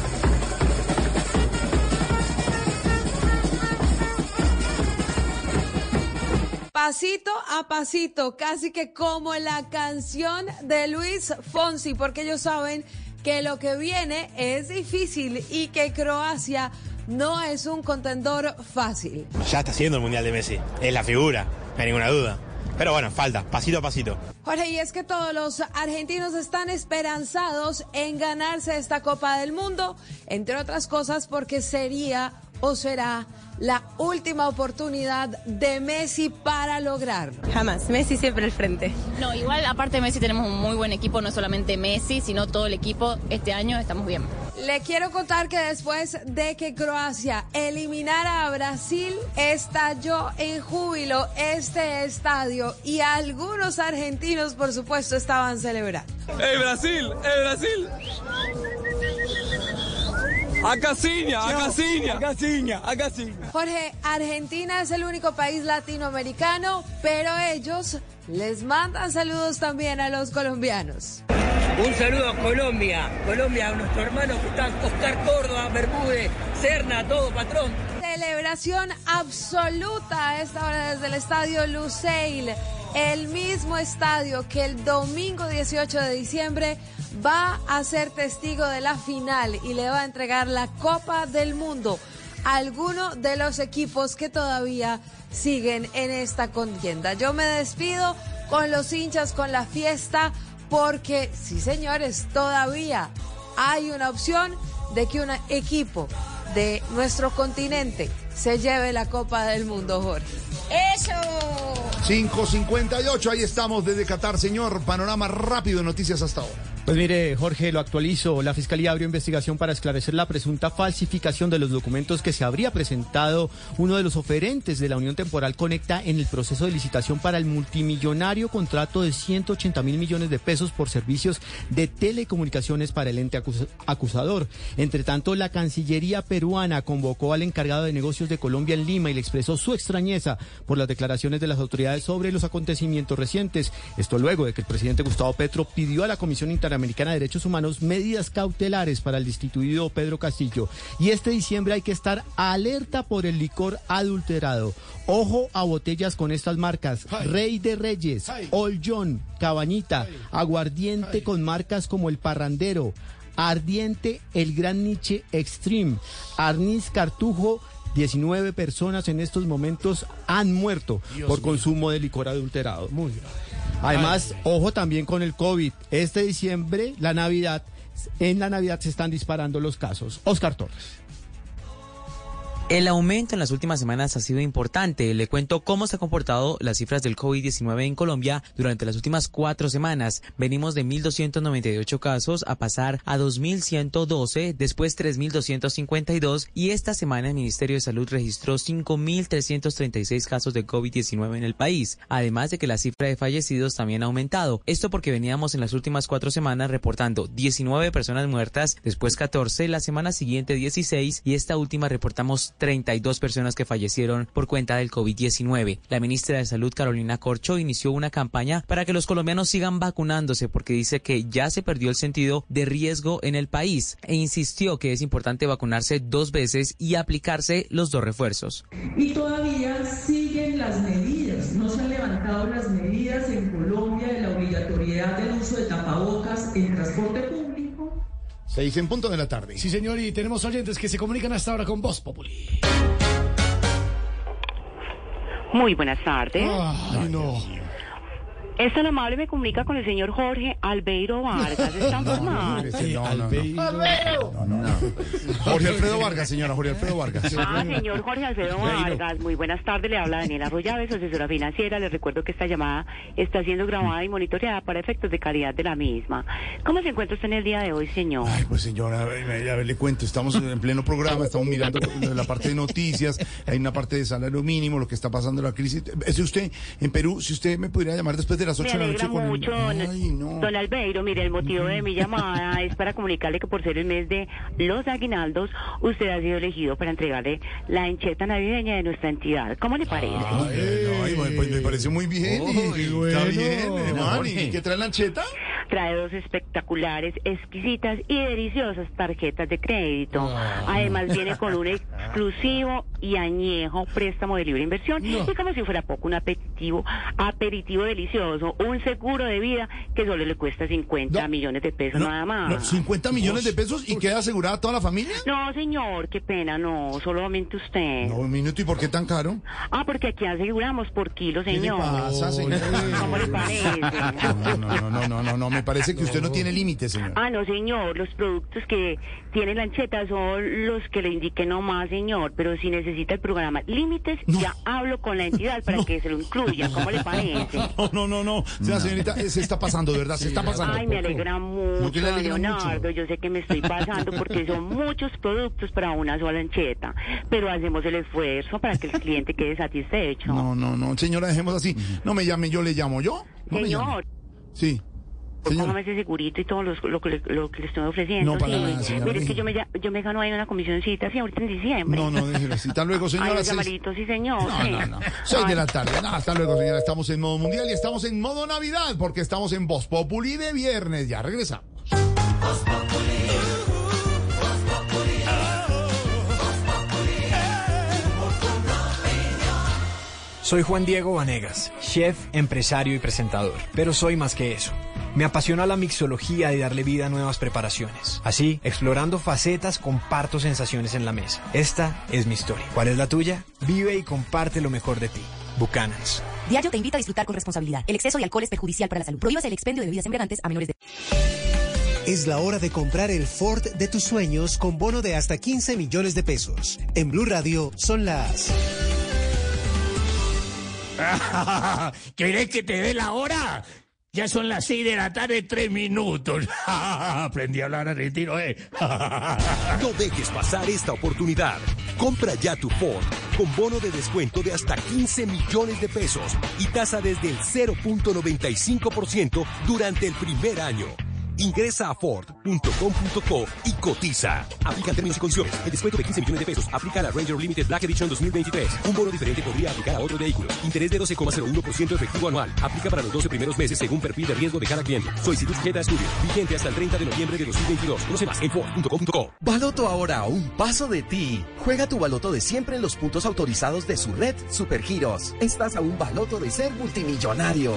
Pasito a pasito, casi que como la canción de Luis Fonsi, porque ellos saben que lo que viene es difícil y que Croacia no es un contendor fácil. Ya está haciendo el Mundial de Messi, es la figura, no hay ninguna duda. Pero bueno, falta, pasito a pasito. Jorge, y es que todos los argentinos están esperanzados en ganarse esta Copa del Mundo, entre otras cosas porque sería o será la última oportunidad de Messi para lograrlo. Jamás, Messi siempre al frente. No, igual aparte de Messi tenemos un muy buen equipo, no solamente Messi, sino todo el equipo. Este año estamos bien. Le quiero contar que después de que Croacia eliminara a Brasil, estalló en júbilo este estadio y algunos argentinos, por supuesto, estaban celebrando. ¡Ey, Brasil! ¡Ey, Brasil! ¡A Casinha! ¡A Casinha! ¡A Casinha! ¡A Casinha! Jorge, Argentina es el único país latinoamericano, pero ellos les mandan saludos también a los colombianos. Un saludo a Colombia, Colombia, a nuestros hermanos que están, Oscar Córdoba, Bermúdez, Serna, todo, patrón. Celebración absoluta a esta hora desde el estadio Lusail, el mismo estadio que el domingo dieciocho de diciembre va a ser testigo de la final y le va a entregar la Copa del Mundo a alguno de los equipos que todavía siguen en esta contienda. Yo me despido con los hinchas, con la fiesta, porque sí, señores, todavía hay una opción de que un equipo de nuestro continente se lleve la Copa del Mundo, Jorge. ¡Eso! cinco cincuenta y ocho, ahí estamos desde Qatar, señor. Panorama rápido de noticias hasta ahora. Pues mire, Jorge, lo actualizo. La Fiscalía abrió investigación para esclarecer la presunta falsificación de los documentos que se habría presentado uno de los oferentes de la Unión Temporal Conecta en el proceso de licitación para el multimillonario contrato de ciento ochenta mil millones de pesos por servicios de telecomunicaciones para el ente acus- acusador. Entre tanto, la Cancillería peruana convocó al encargado de negocios de Colombia en Lima y le expresó su extrañeza por las declaraciones de las autoridades sobre los acontecimientos recientes. Esto luego de que el presidente Gustavo Petro pidió a la Comisión Interamericana de Derechos Humanos medidas cautelares para el destituido Pedro Castillo. Y este diciembre hay que estar alerta por el licor adulterado. Ojo a botellas con estas marcas: Ay. Rey de Reyes, Ay. Old John, Cabañita, Ay. Aguardiente Ay. Con marcas como el Parrandero, Ardiente, el Gran Nietzsche Extreme, Arnis Cartujo. diecinueve personas en estos momentos han muerto Dios por mío. Consumo de licor adulterado. Muy grave. Además, Ay. Ojo también con el COVID. Este diciembre, la Navidad, en la Navidad se están disparando los casos. Oscar Torres. El aumento en las últimas semanas ha sido importante. Le cuento cómo se han comportado las cifras del COVID diecinueve en Colombia durante las últimas cuatro semanas. Venimos de mil doscientos noventa y ocho casos a pasar a dos mil ciento doce, después tres mil doscientos cincuenta y dos y esta semana el Ministerio de Salud registró cinco mil trescientos treinta y seis casos de COVID diecinueve en el país. Además de que la cifra de fallecidos también ha aumentado. Esto porque veníamos en las últimas cuatro semanas reportando diecinueve personas muertas, después catorce, la semana siguiente dieciséis y esta última reportamos treinta y dos personas que fallecieron por cuenta del COVID diecinueve. La ministra de Salud, Carolina Corcho, inició una campaña para que los colombianos sigan vacunándose porque dice que ya se perdió el sentido de riesgo en el país e insistió que es importante vacunarse dos veces y aplicarse los dos refuerzos. Y todavía siguen las medidas, no se han levantado las medidas en Colombia de la obligatoriedad del uso de tapabocas en transporte público. Seis en punto de la tarde. Sí, señor, y tenemos oyentes que se comunican hasta ahora con Voz Populi. Muy buenas tardes. Ay, no. Es tan amable, me comunica con el señor Jorge Albeiro Vargas. ¿Están formados? No, no, no, no, no. Jorge Alfredo Vargas, señora, Jorge Alfredo Vargas. Ah, señor Jorge Alfredo Vargas, muy buenas tardes, le habla Daniela Arroyave, su asesora financiera. Le recuerdo que esta llamada está siendo grabada y monitoreada para efectos de calidad de la misma. ¿Cómo se encuentra usted en el día de hoy, señor? Ay, pues señora, a ver, a ver, le cuento, estamos en pleno programa, estamos mirando la parte de noticias, hay una parte de salario mínimo, lo que está pasando en la crisis. ¿Es usted en Perú? Si usted me pudiera llamar después de las ocho de la noche con mucho, el... Ay, no. Don Albeiro, mire, el motivo de mi llamada es para comunicarle que por ser el mes de los aguinaldos, usted ha sido elegido para entregarle la encheta navideña de nuestra entidad. ¿Cómo le parece? Ay, ay, bueno, pues me parece muy bien. Oh, y, bueno. Está bien, hermano. ¿Y qué trae la encheta? Trae dos espectaculares, exquisitas y deliciosas tarjetas de crédito. Además viene con un exclusivo y añejo préstamo de libre inversión. No. Y como si fuera poco, un aperitivo, aperitivo delicioso, un seguro de vida que solo le cuesta cincuenta no. millones de pesos no, nada más. No, ¿cincuenta millones de pesos y queda asegurada toda la familia? No, señor, qué pena, no, solamente usted. No, un minuto, ¿y por qué tan caro? Ah, porque aquí aseguramos por kilo, señor. ¿Qué le pasa, señor? ¿Cómo le parece? No, no, no, no, no, no, me parece que usted no tiene límite, señor. Ah, no, señor, los productos que tiene Lancheta son los que le indique nomás, señor, pero si necesita el programa Límites, no. ya hablo con la entidad para no. que se lo incluya, ¿cómo le parece? No, no, no, no, o sea, no. señorita, se está pasando, de verdad, se está pasando. Ay, me alegra mucho, no alegra Leonardo, mucho. Yo sé que me estoy pasando porque son muchos productos para una sola Lancheta, pero hacemos el esfuerzo para que el cliente quede satisfecho. No, no, no, señora, dejemos así, no me llame, yo le llamo, ¿yo? No señor. Sí. Póngame ese segurito y todo lo, lo, que le, lo que le estoy ofreciendo. No, para sí. nada, señora. Mire, es que yo me, yo me gano ahí una comisioncita, sí, ahorita en diciembre. No, no, déjelo así. Hasta luego, señora. Ay, los llamaditos, sí, señor. No, sí. no, no. Seis de la tarde. No, hasta luego, señora. Estamos en modo mundial y estamos en modo Navidad porque estamos en Voz Populi de viernes. Ya regresamos. Voz Populi. Soy Juan Diego Vanegas, chef, empresario y presentador, pero soy más que eso. Me apasiona la mixología y darle vida a nuevas preparaciones. Así, explorando facetas, comparto sensaciones en la mesa. Esta es mi historia. ¿Cuál es la tuya? Vive y comparte lo mejor de ti. Buchanan's. Diageo te invita a disfrutar con responsabilidad. El exceso de alcohol es perjudicial para la salud. Prohíbas el expendio de bebidas embriagantes a menores de... Es la hora de comprar el Ford de tus sueños con bono de hasta quince millones de pesos. En Blue Radio son las... ¿Querés que te dé la hora? Ya son las seis de la tarde, tres minutos. Aprendí a hablar argentino, ¿eh? No dejes pasar esta oportunidad. Compra ya tu Ford con bono de descuento de hasta quince millones de pesos y tasa desde el cero punto noventa y cinco por ciento durante el primer año. Ingresa a Ford punto com punto co y cotiza. Aplica términos y condiciones. El descuento de quince millones de pesos aplica a la Ranger Limited Black Edition dos mil veintitrés. Un bono diferente podría aplicar a otros vehículos. Interés de doce coma cero uno por ciento efectivo anual. Aplica para los doce primeros meses según perfil de riesgo de cada cliente. Solicitud sujeta a estudio. Vigente hasta el treinta de noviembre de dos mil veintidós. Conoce más en Ford punto com punto co. Baloto ahora a un paso de ti. Juega tu baloto de siempre en los puntos autorizados de su red Supergiros. Estás a un baloto de ser multimillonario.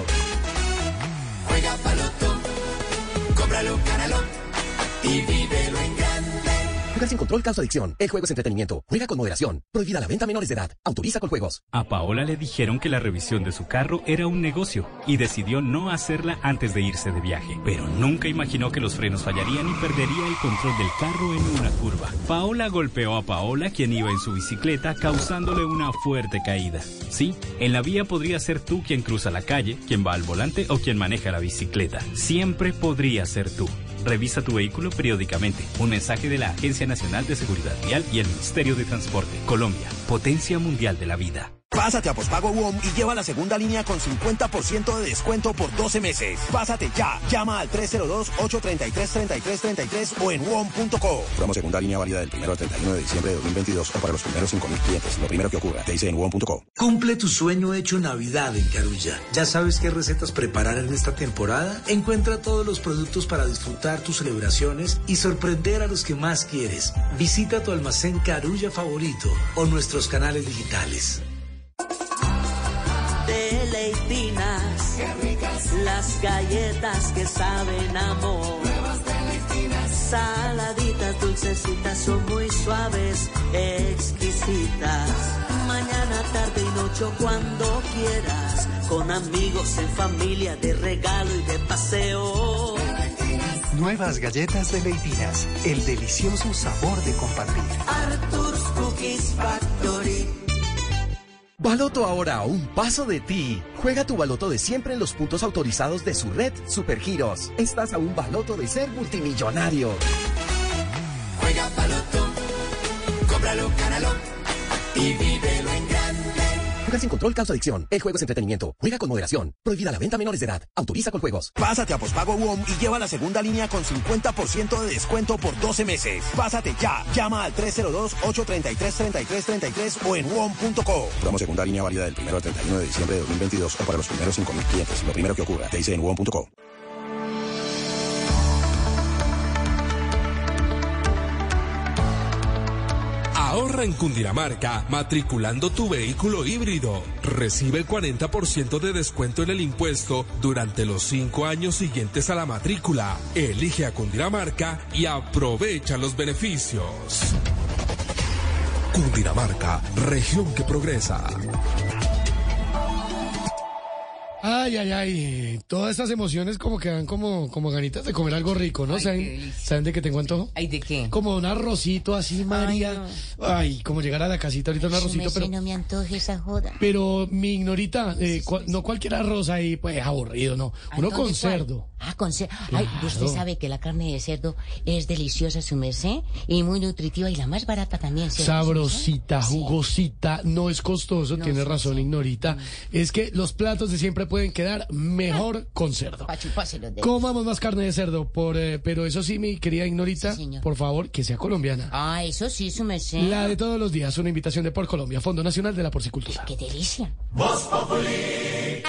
Juega Baloto. Cómpralo, gánalo y vívelo en grande. Juega sin control, causa adicción. El juego es entretenimiento. Juega con moderación. Prohibida la venta a menores de edad. Autoriza con juegos. A Paola le dijeron que la revisión de su carro era un negocio y decidió no hacerla antes de irse de viaje. Pero nunca imaginó que los frenos fallarían y perdería el control del carro en una curva. Paola golpeó a Paola, quien iba en su bicicleta, causándole una fuerte caída. Sí, en la vía podría ser tú quien cruza la calle, quien va al volante o quien maneja la bicicleta. Siempre podría ser tú. Revisa tu vehículo periódicamente. Un mensaje de la Agencia Nacional de Seguridad Vial y el Ministerio de Transporte. Colombia, potencia mundial de la vida. Pásate a Pospago U O M y lleva la segunda línea con cincuenta por ciento de descuento por doce meses. Pásate ya. Llama al tres cero dos, ocho tres tres, tres tres tres tres o en U O M punto co. Programa segunda línea válida del primero al treinta y uno de diciembre de dos mil veintidós o para los primeros cinco mil clientes. Lo primero que ocurra, te dice en U O M punto co. Cumple tu sueño hecho Navidad en Carulla. ¿Ya sabes qué recetas preparar en esta temporada? Encuentra todos los productos para disfrutar tus celebraciones y sorprender a los que más quieres. Visita tu almacén Carulla favorito o nuestros canales digitales. Deleitinas, qué ricas, las galletas que saben amor. Nuevas Deleitinas, saladitas, dulcecitas, son muy suaves, exquisitas. Mañana, tarde y noche, cuando quieras, con amigos, en familia, de regalo y de paseo. Nuevas galletas Deleitinas, el delicioso sabor de compartir. Arthur's Cookies Factory. Baloto ahora a un paso de ti. Juega tu baloto de siempre en los puntos autorizados de su red Supergiros. Estás a un baloto de ser multimillonario. Juega Baloto, cómpralo, gánalo y vívelo en grande. Juega sin control, causa adicción. El juego es entretenimiento. Juega con moderación. Prohibida la venta a menores de edad. Autoriza con juegos. Pásate a Pospago U O M y lleva la segunda línea con cincuenta por ciento de descuento por doce meses. Pásate ya. Llama al tres cero dos, ocho tres tres, tres tres tres tres o en U O M punto co. Programa segunda línea válida del primero al treinta y uno de diciembre de dos mil veintidós o para los primeros cinco mil clientes. Lo primero que ocurra, te dice en U O M punto co. Ahorra Ahorra en Cundinamarca matriculando tu vehículo híbrido. Recibe cuarenta por ciento de descuento en el impuesto durante los cinco años siguientes a la matrícula. Elige a Cundinamarca y aprovecha los beneficios. Cundinamarca, región que progresa. Ay, ay, ay, todas estas emociones como que dan como, como ganitas de comer algo rico, ¿no? Ay, ¿Saben, ¿Saben de qué tengo antojo? ¿Ay, de qué? Como un arrocito así, María. Ay, no. Ay, como llegar a la casita ahorita un arrocito, Sí, pero... no me antoje esa joda. Pero mi ignorita, eh, cua- no cualquier arroz ahí, pues aburrido, no. Uno con Entonces, ¿cuál? cerdo. Ah, con cerdo. Ay, usted Claro. sabe que la carne de cerdo es deliciosa, su merced, y muy nutritiva y la más barata también, ¿cierto? Sabrosita, jugosita, no es costoso, No, tiene sí, razón, ignorita. Es que los platos de siempre pueden quedar mejor con cerdo. Pa' chuparse los dedos. Comamos más carne de cerdo, por, eh, pero eso sí, mi querida ignorita, por favor, que sea colombiana. Ah, eso sí, su merced. La de todos los días, una invitación de Por Colombia, Fondo Nacional de la Porcicultura. ¡Qué delicia! Voz Populi.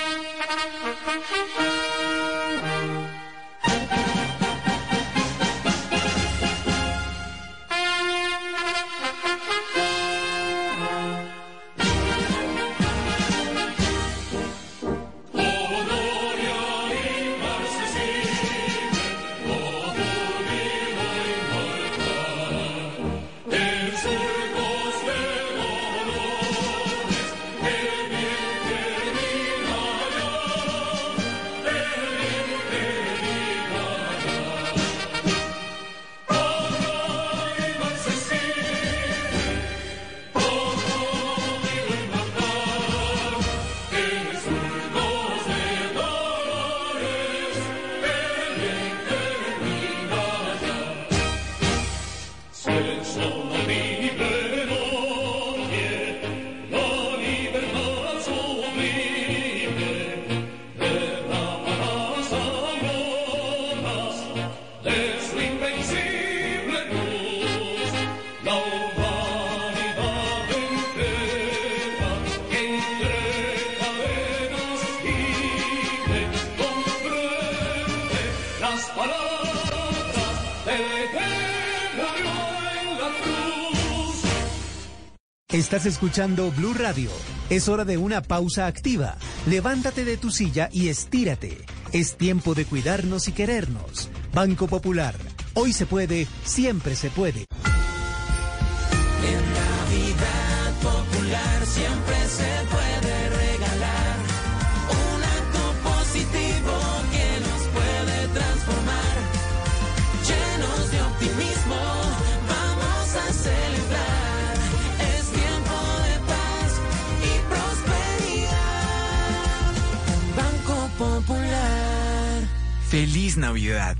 Estás escuchando Blue Radio. Es hora de una pausa activa. Levántate de tu silla y estírate. Es tiempo de cuidarnos y querernos. Banco Popular. Hoy se puede, siempre se puede. En Navidad Popular siempre se puede regalar un acto positivo que nos puede transformar. Llenos de optimismo, vamos a celebrar. Es tiempo de paz y prosperidad. Banco Popular. Feliz Navidad.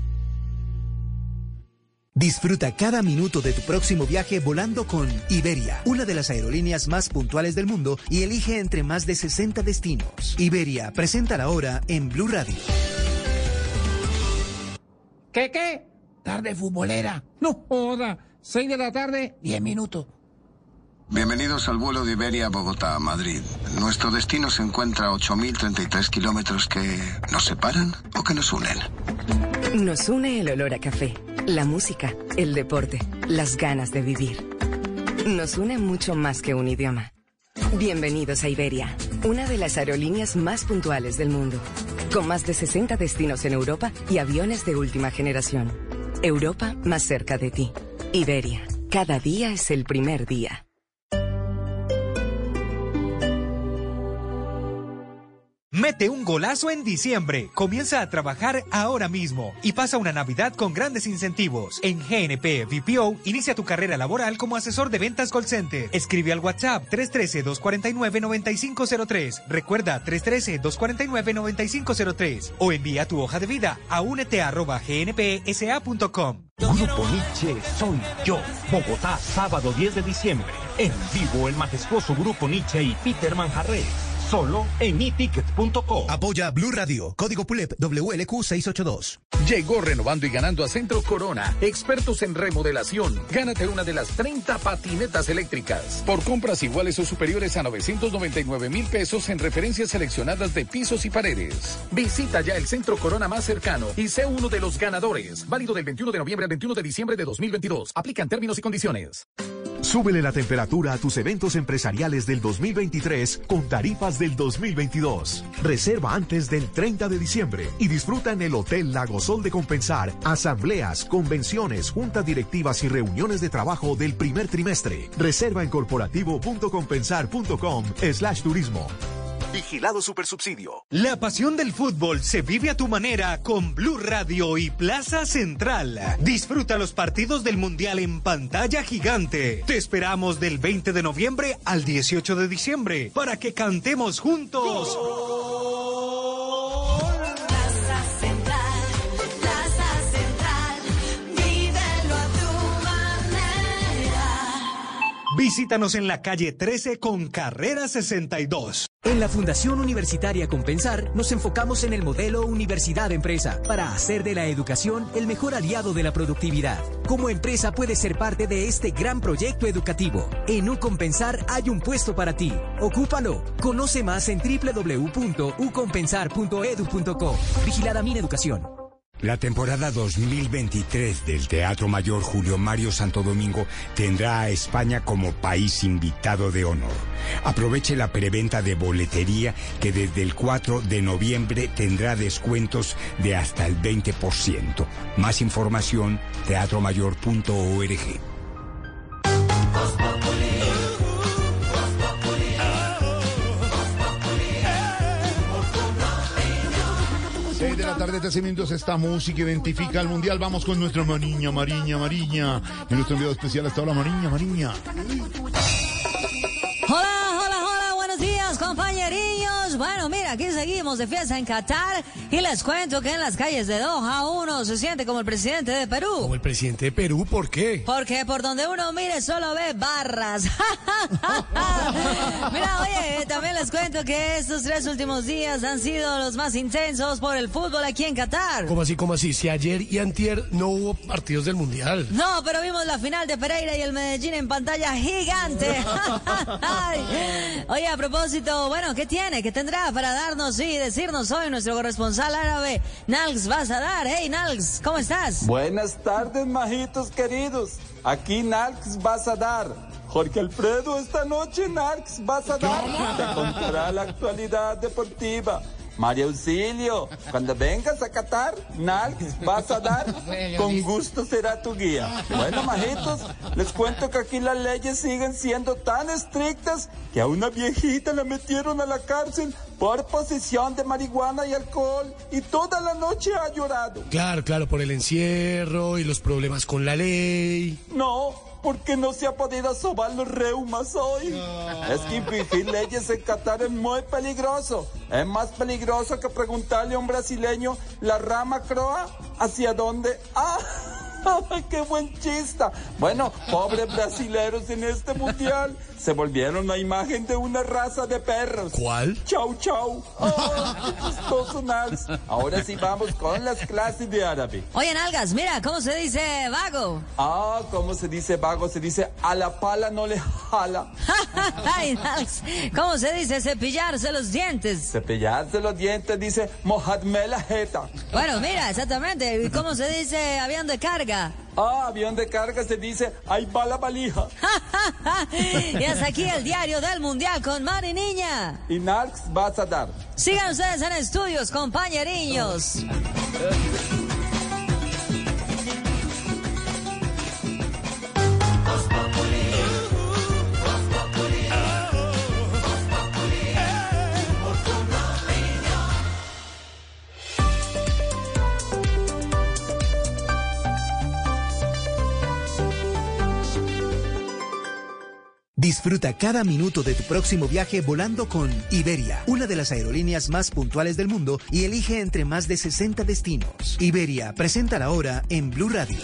Disfruta cada minuto de tu próximo viaje volando con Iberia, una de las aerolíneas más puntuales del mundo, y elige entre más de sesenta destinos. Iberia, presenta la hora en Blue Radio. ¿Qué, qué? Tarde futbolera. No joda. Seis de la tarde, diez minutos. Bienvenidos al vuelo de Iberia a Bogotá, Madrid. Nuestro destino se encuentra a ocho mil treinta y tres kilómetros que nos separan o que nos unen. Nos une el olor a café, la música, el deporte, las ganas de vivir. Nos une mucho más que un idioma. Bienvenidos a Iberia, una de las aerolíneas más puntuales del mundo, con más de sesenta destinos en Europa y aviones de última generación. Europa más cerca de ti. Iberia, cada día es el primer día. Mete un golazo en diciembre. Comienza a trabajar ahora mismo y pasa una Navidad con grandes incentivos. En G N P V P O inicia tu carrera laboral como asesor de ventas call center. Escribe al WhatsApp tres uno tres, dos cuatro nueve, nueve cinco cero tres. Recuerda tres uno tres, dos cuatro nueve, nueve cinco cero tres. O envía tu hoja de vida a únete arroba gnpsa punto com. Grupo Nietzsche soy yo. Bogotá, sábado diez de diciembre. En vivo el majestuoso Grupo Nietzsche y Peter Manjarrés. Solo en i tickets punto com. Apoya Blue Radio. Código P U L E P W L Q seiscientos ochenta y dos. Llegó renovando y ganando a Centro Corona, expertos en remodelación. Gánate una de las treinta patinetas eléctricas. Por compras iguales o superiores a novecientos noventa y nueve mil pesos en referencias seleccionadas de pisos y paredes. Visita ya el Centro Corona más cercano y sé uno de los ganadores. Válido del veintiuno de noviembre al veintiuno de diciembre de dos mil veintidós. Aplican términos y condiciones. Súbele la temperatura a tus eventos empresariales del dos mil veintitrés con tarifas del dos mil veintidós. Reserva antes del treinta de diciembre y disfruta en el Hotel Lago Sol de Compensar asambleas, convenciones, juntas directivas y reuniones de trabajo del primer trimestre. Reserva en corporativo punto compensar punto com slash turismo. Vigilado Supersubsidio. La pasión del fútbol se vive a tu manera con Blue Radio y Plaza Central. Disfruta los partidos del Mundial en pantalla gigante. Te esperamos del veinte de noviembre al dieciocho de diciembre para que cantemos juntos. Plaza Central, Plaza Central, vívelo a tu manera. Visítanos en la calle trece con carrera sesenta y dos. En la Fundación Universitaria Compensar nos enfocamos en el modelo Universidad-Empresa para hacer de la educación el mejor aliado de la productividad. Como empresa puedes ser parte de este gran proyecto educativo. En Ucompensar hay un puesto para ti. Ocúpalo. Conoce más en doble u doble u doble u punto u compensar punto edu punto co. Vigilada Mineducación. La temporada dos mil veintitrés del Teatro Mayor Julio Mario Santo Domingo tendrá a España como país invitado de honor. Aproveche la preventa de boletería que desde el cuatro de noviembre tendrá descuentos de hasta el veinte por ciento. Más información, teatro mayor punto org. seis de la tarde, trece minutos, esta música identifica al Mundial. Vamos con nuestra Mariña, Mariña, Mariña. En nuestro enviado especial hasta ahora, Mariña, Mariña. Hola, hola, hola, buenos días, compañerillos. Bueno, mira, aquí seguimos de fiesta en Qatar y les cuento que en las calles de Doha uno se siente como el presidente de Perú. Como el presidente de Perú, ¿por qué? Porque por donde uno mire solo ve barras. Mira, oye, también les cuento que estos tres últimos días han sido los más intensos por el fútbol aquí en Qatar. ¿Cómo así, cómo así? Si ayer y antier no hubo partidos del Mundial. No, pero vimos la final de Pereira y el Medellín en pantalla gigante. Oye, a propósito, bueno, ¿qué tiene? ¿Qué tendrá para darnos y decirnos hoy nuestro corresponsal árabe, Nalgs Basadar? Hey, Nalgs, ¿cómo estás? Buenas tardes, majitos queridos. Aquí Nalgs Basadar. Jorge Alfredo, esta noche Nalgs Basadar te contará la actualidad deportiva. María Auxilio, cuando vengas a Qatar, Nalgs vas a dar, con gusto será tu guía. Bueno, majitos, les cuento que aquí las leyes siguen siendo tan estrictas que a una viejita la metieron a la cárcel por posesión de marihuana y alcohol y toda la noche ha llorado. Claro, claro, por el encierro y los problemas con la ley. No. Porque no se ha podido sobar los reumas hoy. No. Es que infringir leyes en Qatar es muy peligroso. Es más peligroso que preguntarle a un brasileño la rama croa hacia dónde. ¡Ah! ¡Qué buen chista! Bueno, pobres brasileros en este mundial se volvieron la imagen de una raza de perros. ¿Cuál? Chau, chau. ¡Oh, qué chistoso, Nalgas! Ahora sí vamos con las clases de árabe. Oye, Nalgas, mira, ¿cómo se dice vago? Ah, ¿cómo se dice vago? Se dice a la pala no le jala. Ay, Nalgas, ¿cómo se dice cepillarse los dientes? Cepillarse los dientes dice mojadme la jeta. Bueno, mira, exactamente. ¿Y cómo se dice avión de carga? Ah, avión de carga se dice, ahí va la valija. Y hasta aquí el diario del Mundial con Mari Niña. Y Nalgs vas a dar. Sigan ustedes en estudios, compañerillos. Disfruta cada minuto de tu próximo viaje volando con Iberia, una de las aerolíneas más puntuales del mundo, y elige entre más de sesenta destinos. Iberia, presenta la hora en Blue Radio.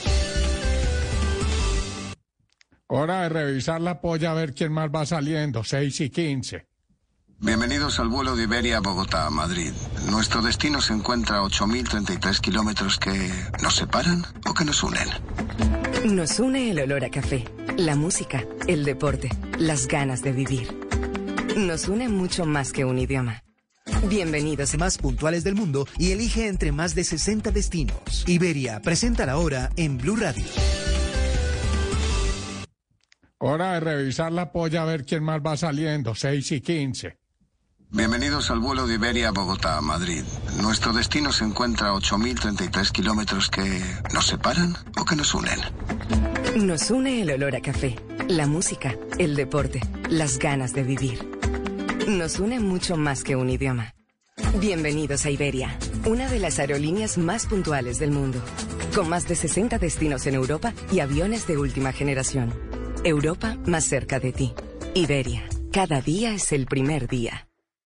Hora de revisar la polla a ver quién más va saliendo, seis y quince. Bienvenidos al vuelo de Iberia a Bogotá, Madrid. Nuestro destino se encuentra a ocho mil treinta y tres kilómetros que nos separan o que nos unen. Nos une el olor a café, la música, el deporte, las ganas de vivir. Nos une mucho más que un idioma. Bienvenidos a más puntuales del mundo y elige entre más de sesenta destinos. Iberia, presenta la hora en Blue Radio. Hora de revisar la polla a ver quién más va saliendo, seis y quince. Bienvenidos al vuelo de Iberia a Bogotá, Madrid. Nuestro destino se encuentra a ocho mil treinta y tres kilómetros que nos separan o que nos unen. Nos une el olor a café, la música, el deporte, las ganas de vivir. Nos une mucho más que un idioma. Bienvenidos a Iberia, una de las aerolíneas más puntuales del mundo, con más de sesenta destinos en Europa y aviones de última generación. Europa más cerca de ti. Iberia, cada día es el primer día.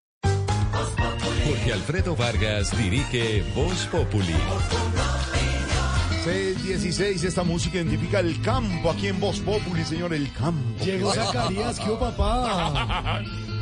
Jorge Alfredo Vargas dirige Voz Populi. seis dieciséis, esta música identifica el campo aquí en Voz Populi, señor, el campo. Llegó Zacarías, ¿qué hubo, papá?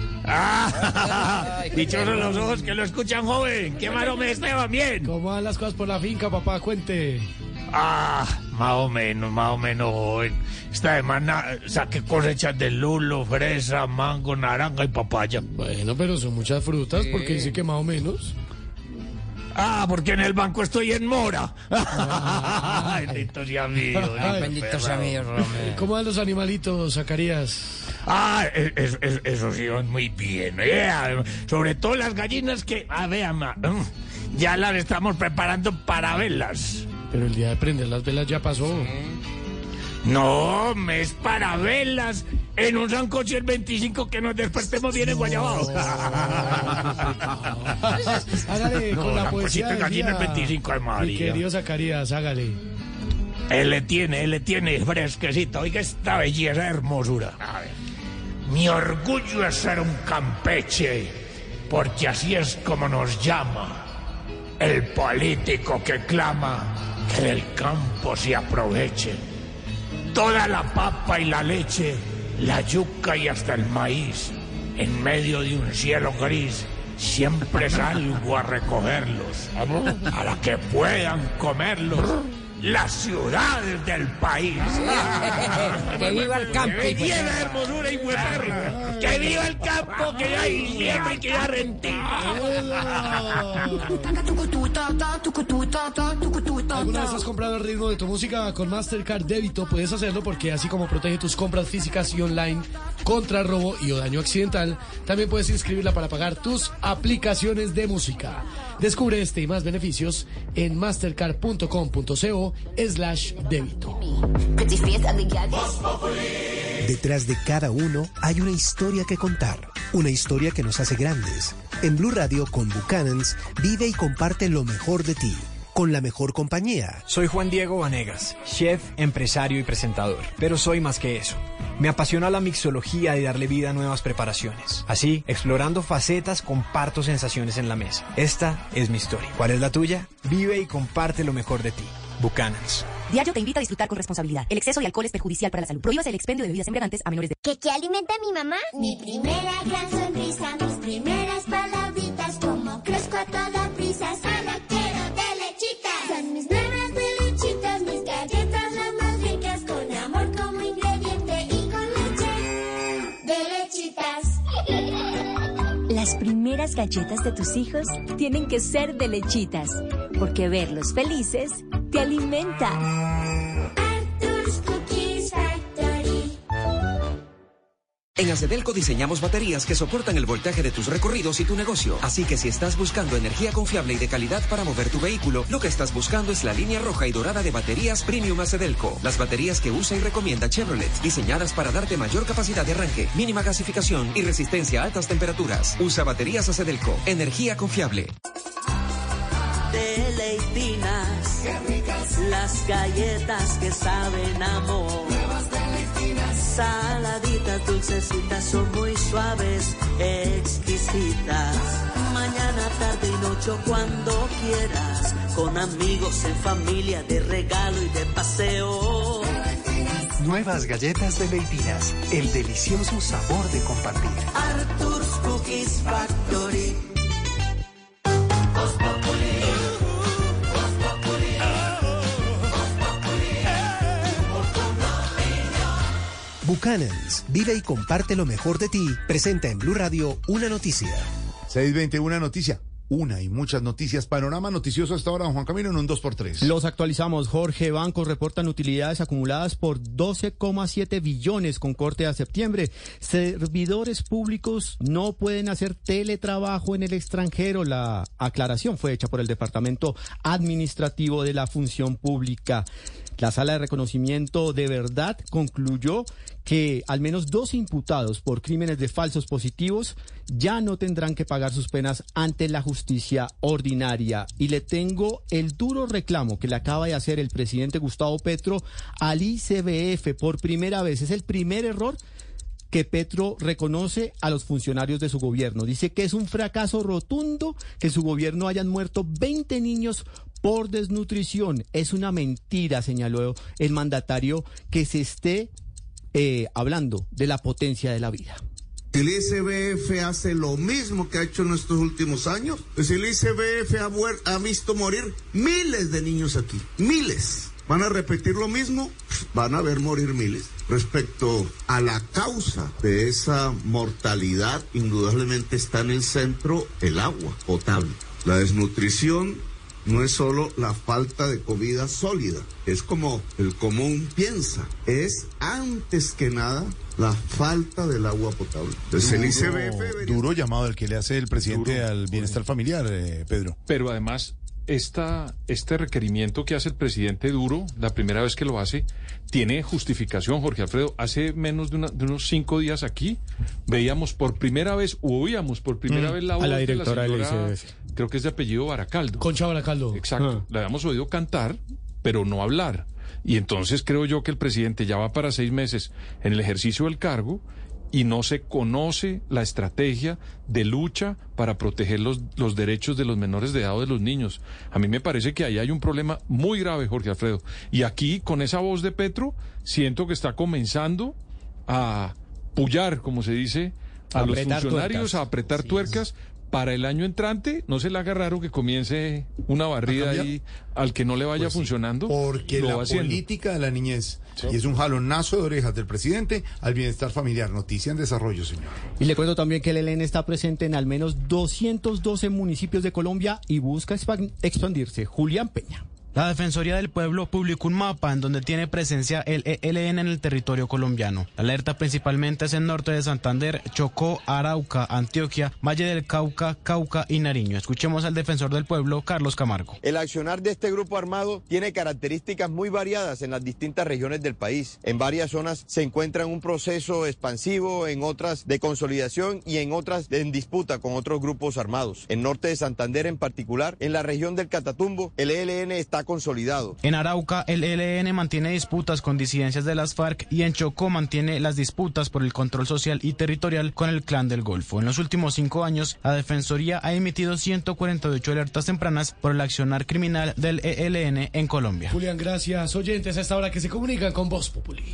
Ah, dichosos los ojos que lo escuchan, joven. ¡Qué marome, Esteban! Bien. ¿Cómo van las cosas por la finca, papá? Cuente. Ah, más o menos, más o menos, joven. Esta semana saqué cosechas de lulo, fresa, mango, naranja y papaya. Bueno, pero son muchas frutas, porque dice que más o menos. Ah, porque en el banco estoy en mora. Ay, bendito sea Dios. Bendito sea Dios, ¿cómo van los animalitos, Zacarías? Ah, es, es, eso sí, van muy bien. Yeah. Sobre todo las gallinas que, ah, vean, ya las estamos preparando para velas. Pero el día de prender las velas ya pasó. No, me es para velas en un sancocho el veinticinco que nos despertemos bien en Guayabao. Hágale no, con la poesía de gallina el veinticinco de María. Mi querido Zacarías, hágale. Él le tiene, él le tiene fresquecito. Oiga esta belleza, hermosura. A ver. Mi orgullo es ser un campeche, porque así es como nos llama el político que clama que del campo se aproveche toda la papa y la leche, la yuca y hasta el maíz. En medio de un cielo gris siempre salgo a recogerlos para que puedan comerlos las ciudades del país. ¡Que viva el campo! ¡Que viva la hermosura y hueperra! ¡Que viva el campo! ¡Que ya diciembre y que ya rentina! ¿Alguna vez has comprado el ritmo de tu música con Mastercard Débito? Puedes hacerlo porque así como protege tus compras físicas y online contra robo y o daño accidental, también puedes inscribirla para pagar tus aplicaciones de música. Descubre este y más beneficios en mastercard.com.co slash débito. Detrás de cada uno hay una historia que contar, una historia que nos hace grandes. En Blue Radio con Buchanan's vive y comparte lo mejor de ti, con la mejor compañía. Soy Juan Diego Vanegas, chef, empresario y presentador, pero soy más que eso. Me apasiona la mixología y darle vida a nuevas preparaciones. Así, explorando facetas, comparto sensaciones en la mesa. Esta es mi historia. ¿Cuál es la tuya? Vive y comparte lo mejor de ti. Buchanan's. Diario te invita a disfrutar con responsabilidad. El exceso de alcohol es perjudicial para la salud. Prohíbas el expendio de bebidas embriagantes a menores de... ¿Qué, qué alimenta a mi mamá? Mi primera gran sonrisa, mis primeras palabritas, como crezco a toda prisa, solo quiero de lechitas. Son mis nenas de lechitas, mis galletas las más ricas, con amor como ingrediente y con leche de lechitas. Las primeras galletas de tus hijos tienen que ser de lechitas, porque verlos felices te alimenta. Arthur's Cookies Factory. En Acedelco diseñamos baterías que soportan el voltaje de tus recorridos y tu negocio. Así que si estás buscando energía confiable y de calidad para mover tu vehículo, lo que estás buscando es la línea roja y dorada de baterías Premium Acedelco. Las baterías que usa y recomienda Chevrolet, diseñadas para darte mayor capacidad de arranque, mínima gasificación y resistencia a altas temperaturas. Usa baterías Acedelco. Energía confiable. Deleitinas, qué ricas, las galletas que saben amor. Nuevas Deleitinas, saladitas, dulcecitas, son muy suaves, exquisitas. Mañana, tarde y noche, cuando quieras, con amigos, en familia, de regalo y de paseo. Nuevas galletas Deleitinas, el delicioso sabor de compartir. Arthur's Cookies Factory. Buchanan's, vive y comparte lo mejor de ti, presenta en Blue Radio una noticia. seis veintiuno noticia. Una y muchas noticias. Panorama noticioso hasta ahora, don Juan Camilo, en un dos por tres. Los actualizamos. Jorge, bancos reportan utilidades acumuladas por doce coma siete billones con corte a septiembre. Servidores públicos no pueden hacer teletrabajo en el extranjero. La aclaración fue hecha por el Departamento Administrativo de la Función Pública. La Sala de Reconocimiento de Verdad concluyó que al menos dos imputados por crímenes de falsos positivos ya no tendrán que pagar sus penas ante la justicia ordinaria. Y le tengo el duro reclamo que le acaba de hacer el presidente Gustavo Petro al I C B F por primera vez. Es el primer error que Petro reconoce a los funcionarios de su gobierno. Dice que es un fracaso rotundo que en su gobierno hayan muerto veinte niños por desnutrición. Es una mentira, señaló el mandatario, que se esté eh, hablando de la potencia de la vida. El I C B F hace lo mismo que ha hecho en estos últimos años. Pues el I C B F ha, ha visto morir miles de niños aquí, miles. ¿Van a repetir lo mismo? Van a ver morir miles. Respecto a la causa de esa mortalidad, indudablemente está en el centro el agua potable. La desnutrición no es solo la falta de comida sólida, es como el común piensa, es antes que nada la falta del agua potable. Entonces, el I C B F debería... Duro llamado el que le hace el presidente duro, al bienestar familiar, eh, Pedro. Pero además, esta, este requerimiento que hace el presidente Duro, la primera vez que lo hace, tiene justificación, Jorge Alfredo. Hace menos de, una, de unos cinco días aquí, veíamos por primera vez, o oíamos por primera mm, vez la voz a la directora de la señora, del I C B F. Creo que es de apellido Baracaldo. Concha Baracaldo. Exacto. Ah. La habíamos oído cantar, pero no hablar. Y entonces creo yo que el presidente ya va para seis meses en el ejercicio del cargo y no se conoce la estrategia de lucha para proteger los, los derechos de los menores de edad o de los niños. A mí me parece que ahí hay un problema muy grave, Jorge Alfredo. Y aquí, con esa voz de Petro, siento que está comenzando a pullar, como se dice, a, a los funcionarios, tuercas. a apretar sí, tuercas. Sí. Para el año entrante, no se le haga raro que comience una barrida ahí al que no le vaya pues sí, funcionando. Porque la política de la niñez, sí. y es un jalonazo de orejas del presidente al bienestar familiar. Noticia en desarrollo, señor. Y le cuento también que el E L N está presente en al menos doscientos doce municipios de Colombia y busca expandirse. Julián Peña. La Defensoría del Pueblo publicó un mapa en donde tiene presencia el E L N en el territorio colombiano. La alerta principalmente es en norte de Santander, Chocó, Arauca, Antioquia, Valle del Cauca, Cauca y Nariño. Escuchemos al defensor del pueblo, Carlos Camargo. El accionar de este grupo armado tiene características muy variadas en las distintas regiones del país. En varias zonas se encuentra en un proceso expansivo, en otras de consolidación y en otras en disputa con otros grupos armados. En norte de Santander en particular, en la región del Catatumbo, el E L N está consolidado. En Arauca, el E L N mantiene disputas con disidencias de las FARC y en Chocó mantiene las disputas por el control social y territorial con el Clan del Golfo. En los últimos cinco años, la Defensoría ha emitido ciento cuarenta y ocho alertas tempranas por el accionar criminal del E L N en Colombia. Julián, gracias. Oyentes a esta hora que se comunican con Voz Populi.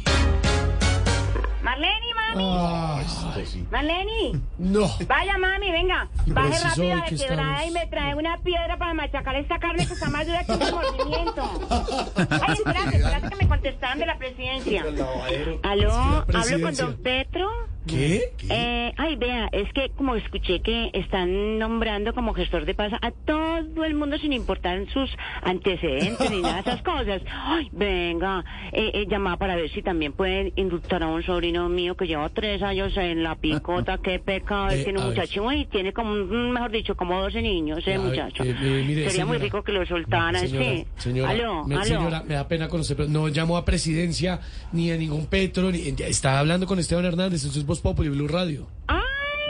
Marleni, mami. Ah, sí. Marleni. No. Vaya, mami, venga. Baje Preciso rápido que de quebrada estamos... y me trae una piedra para machacar esta carne que está más dura que un remordimiento. Ay, espérate, espérate que me contestaron de la presidencia. Aló, hablo con don Petro. ¿Qué? ¿Qué? Eh, ay, vea, es que como escuché que están nombrando como gestor de paz a todo el mundo sin importar sus antecedentes ni nada de esas cosas. Ay, venga, eh, eh, llamaba para ver si también pueden indultar a un sobrino mío que lleva tres años en la picota. Qué pecado, Eh, él tiene un a ver. muchacho y tiene como, un- mejor dicho, como doce niños, ese A ver, muchacho. eh, eh, mire, Sería muy señora. rico que lo soltaran, Señora, sí. señora, aló, me, aló. señora, me da pena conocer, pero no llamó a presidencia ni a ningún Petro, ni, está hablando con Esteban Hernández, eso es Voz Populi, Blue Radio. Ay,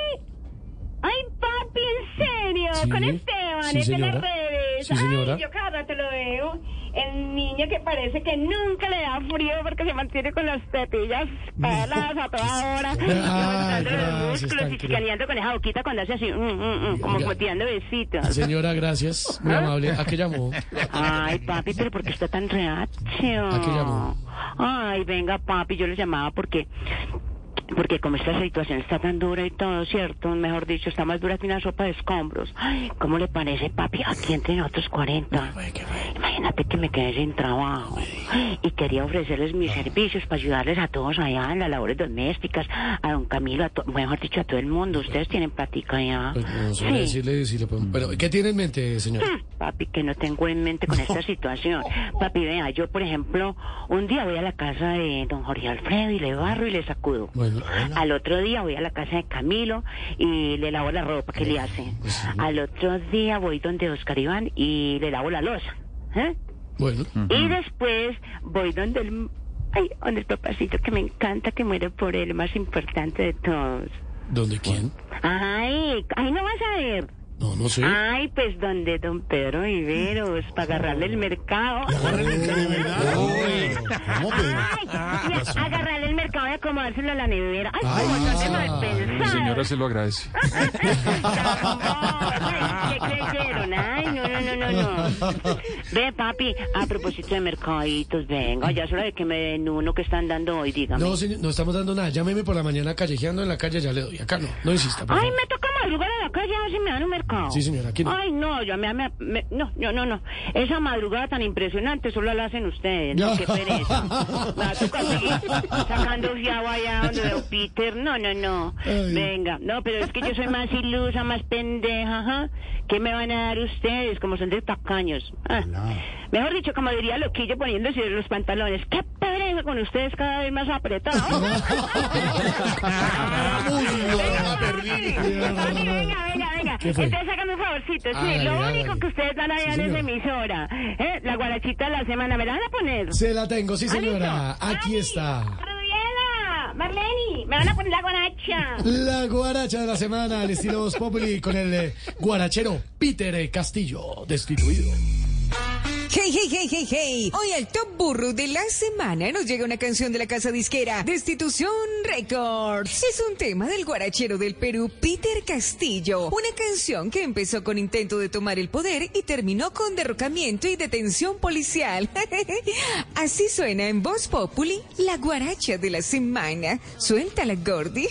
ay, papi, en serio, Sí, con Esteban, sí, es de las señora. redes. Sí, señora. Ay, yo cada rato lo veo. El niño que parece que nunca le da frío porque se mantiene con las tetillas peladas a toda hora. Ah, levantando los gracias, músculos y tranquila. chicaneando con esa boquita cuando hace así, mm, mm, mm, como Ya. metiendo besitos. Señora, gracias, muy amable. ¿A qué llamó? Ay, papi, pero ¿por qué está tan reacio? ¿A qué llamó? Ay, venga, papi, yo le llamaba porque porque como esta situación está tan dura y todo, ¿cierto? Mejor dicho, está más dura que una sopa de escombros. Ay, ¿cómo le parece, papi? Aquí entre nosotros cuarenta. Imagínate que me quedé sin trabajo y quería ofrecerles mis servicios para ayudarles a todos allá en las labores domésticas, a don Camilo, a to- mejor dicho, a todo el mundo. Ustedes tienen plática allá. Pues no sé Sí. decirle si le podemos... Pero, ¿qué tiene en mente, señor? Hmm, Papi, que no tengo en mente con esta situación. Papi, vea, yo, por ejemplo, un día voy a la casa de don Jorge Alfredo y le barro y le sacudo. Bueno, Al otro día voy a la casa de Camilo y le lavo la ropa que le hace. Al otro día voy donde Oscar Iván y le lavo la loza. ¿Eh? bueno. Y después voy donde el... Ay, donde el papacito que me encanta, que muere por él, el más importante de todos. ¿Dónde quién? Ay, ay, no vas a ver. No, no sé. Ay, pues donde don Pedro Viveros, para agarrarle el mercado. ¿Cómo, Pedro? Ay, y a- agarrarle el mercado y acomodárselo a la nevera. Ay, como son de mal Mi pensados. señora se lo agradece. ¿Qué creyeron? Ay, no, no, no, no, no. Ve, papi, a propósito de mercaditos, venga, ya es hora de que me den uno que están dando hoy, dígame. No, señor, no estamos dando nada. Llámeme por la mañana callejeando en la calle, ya le doy. Acá no, no insista, por Ay, favor. me toca madrugar a la calle a ver si me dan un mercado. Sí, señora, aquí no. Ay, no, yo me, me, me- no, no, no, no. Esa madrugada tan impresionante solo la hacen ustedes, no, qué pereza. Me va a tocar seguir sacando fiado allá donde veo Peter, no, no, no. Ay. Venga, no, pero es que yo soy más ilusa, más pendeja, ajá. ¿Qué me van a dar ustedes, como son de tacaños? Ah. Mejor dicho, como diría Loquillo poniéndose los pantalones, qué pereza con ustedes cada vez más apretados. Venga, venga, venga, venga. ¿Qué fue? Entonces hágame un favorcito, sí, Hágale, lo hágale. único que ustedes dan allá Sí, en esa señora. emisora, ¿eh? La guarachita de la semana, ¿me la van a poner? Se la tengo, sí, Ah, señora. listo. Aquí Ay, está. Rubiela, Marleni, me van a poner la guaracha. La guaracha de la semana al estilo Voz Populi con el eh, guarachero Peter eh, Castillo, destituido. Hey, hey, hey, hey, hey. Hoy al top burro de la semana nos llega una canción de la casa disquera Destitución Records. Es un tema del guarachero del Perú, Peter Castillo. Una canción que empezó con intento de tomar el poder y terminó con derrocamiento y detención policial. Así suena en Voz Populi, la guaracha de la semana. Suéltala, Gordi.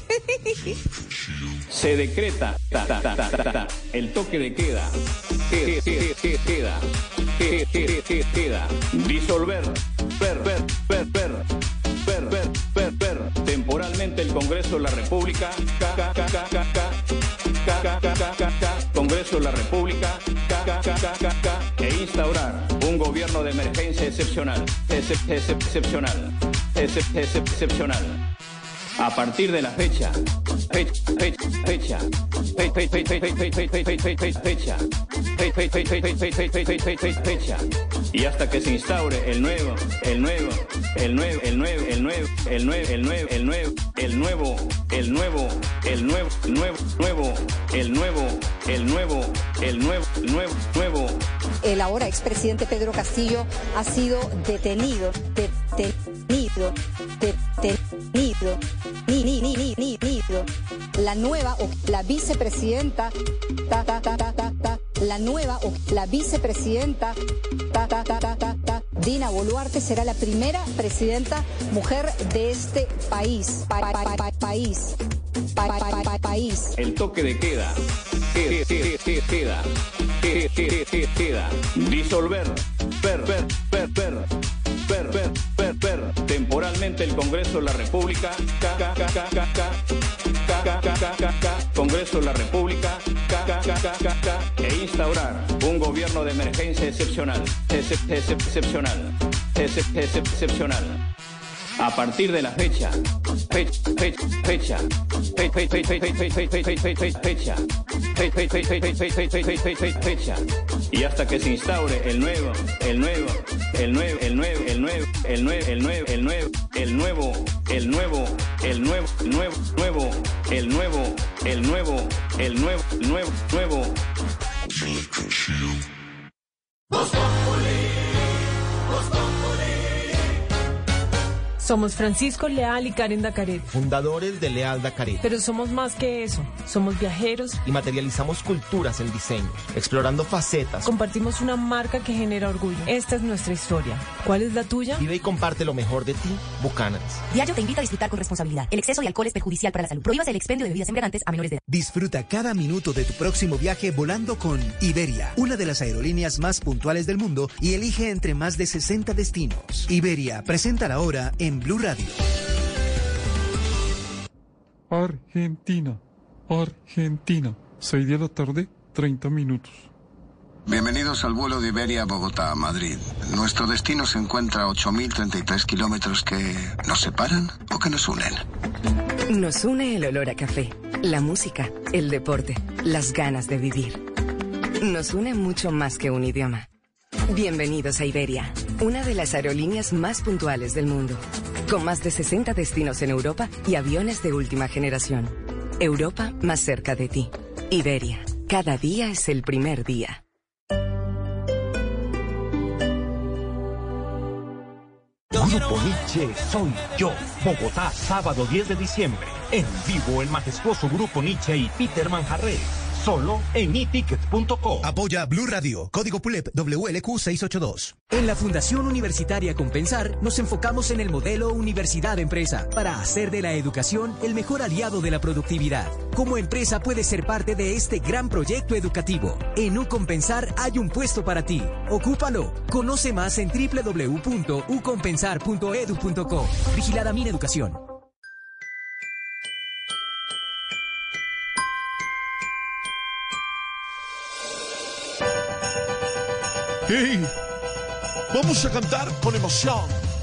Se decreta ta, ta, ta, ta, ta, ta, el toque de queda. Que- que- que- Queda. Que- que- que- Queda. Disolver. Per, per, per, per. Per, per, per, per. Temporalmente el Congreso de la República. Ca, ca, ca, ca, ca, ca. Ca, ca, ca, ca, ca, ca. Congreso de la República. Ca, ca, ca, ca, ca, ca. E instaurar un gobierno de emergencia excepcional. Excep- excep- Excepcional. Excep- excep- Excepcional. A partir de la fecha, fecha, fecha, fecha, fe- fe- fe- fe- fe- fe- fe- fe- fe- fe- fe- fecha, fe- fe- fe- fe- fe- fe- fe- fe- fe- fe- fe- fecha, y hasta que se instaure el nuevo, el nuevo, el nuevo, el nuevo, el nuevo, el nuevo, el nuevo, el nuevo, el nuevo, el nuevo, el nuevo, nuevo, nuevo, el nuevo, el nuevo, el nuevo, nuevo, nuevo. El ahora expresidente Pedro Castillo ha sido detenido, detenido, detenido, ni, ni, ni, ni, ni, nido. La nueva o la vicepresidenta, ta, ta, ta, ta, ta, ta, la nueva o la vicepresidenta, ta, ta, ta, ta, ta, ta, Dina Boluarte será la primera presidenta mujer de este país, pa, pa, pa, pa, país, pa, pa, pa, pa, país. El toque de queda. Que- que- que- Queda. Que- que- que- Queda. Disolver. Per, per, per, per. Per, per, per, per. Temporalmente el Congreso de la República. Ca, ca, ca, ca, ca, ca. Ca, ca, ca, ca, ca, ca. Congreso de la República. Ca, ca, ca, ca, ca, ca. E instaurar un gobierno de emergencia excepcional. Excep- excep- Excepcional. Excep- excep- Excepcional. A partir de la fecha, fecha, fecha, fecha, fe- fe- fe- fe- fe- fe- fe- fe- fe- fe- fe- fecha, fe- fe- fe- fe- fe- fe- fe- fe- fe- fe- fe- fecha, y hasta que se instaure el nuevo, el nuevo, el nuevo, el nuevo, el nuevo, el nuevo, el nuevo, el nuevo, el nuevo, el nuevo, el nuevo, nuevo, nuevo, el nuevo, el nuevo, el nuevo, nuevo, nuevo. Somos Francisco Leal y Karen Dacaret, fundadores de Leal Dacaret. Pero somos más que eso. Somos viajeros y materializamos culturas en diseño, explorando facetas. Compartimos una marca que genera orgullo. Esta es nuestra historia. ¿Cuál es la tuya? Vive y comparte lo mejor de ti, Buchanan's. Diageo te invita a disfrutar con responsabilidad. El exceso de alcohol es perjudicial para la salud. Prohíbas el expendio de bebidas embriagantes a menores de edad. Disfruta cada minuto de tu próximo viaje volando con Iberia, una de las aerolíneas más puntuales del mundo, y elige entre más de sesenta destinos. Iberia presenta la hora en Blue Radio. Argentina, Argentina, seis de la tarde, treinta minutos. Bienvenidos al vuelo de Iberia a Bogotá, Madrid. Nuestro destino se encuentra a ocho mil treinta y tres kilómetros que nos separan o que nos unen. Nos une el olor a café, la música, el deporte, las ganas de vivir. Nos une mucho más que un idioma. Bienvenidos a Iberia, una de las aerolíneas más puntuales del mundo, con más de sesenta destinos en Europa y aviones de última generación. Europa más cerca de ti. Iberia, cada día es el primer día. Grupo Nietzsche Soy Yo, Bogotá, sábado diez de diciembre. En vivo el majestuoso Grupo Nietzsche y Peter Manjarrés. Solo en e ticket punto com. Apoya Blue Radio, código P U L E P W L Q seiscientos ochenta y dos. En la Fundación Universitaria Compensar nos enfocamos en el modelo Universidad-Empresa para hacer de la educación el mejor aliado de la productividad. Como empresa puedes ser parte de este gran proyecto educativo. En Ucompensar hay un puesto para ti. Ocúpalo. Conoce más en w w w punto u compensar punto edu punto co. Vigilada Mineducación. ¡Hey! Vamos a cantar con emoción.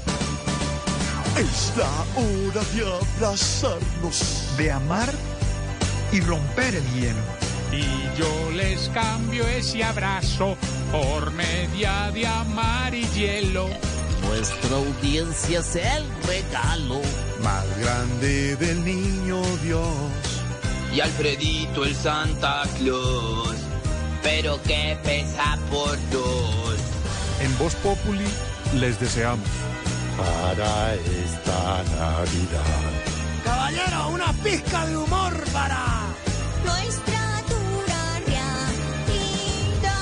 Es la hora de abrazarnos, de amar y romper el hielo. Y yo les cambio ese abrazo por media de amar y hielo. Nuestra audiencia es el regalo más grande del niño Dios. Y Alfredito el Santa Claus, pero que pesa por dos. En Voz Populi les deseamos para esta Navidad. Caballero, una pizca de humor para nuestra dura realidad.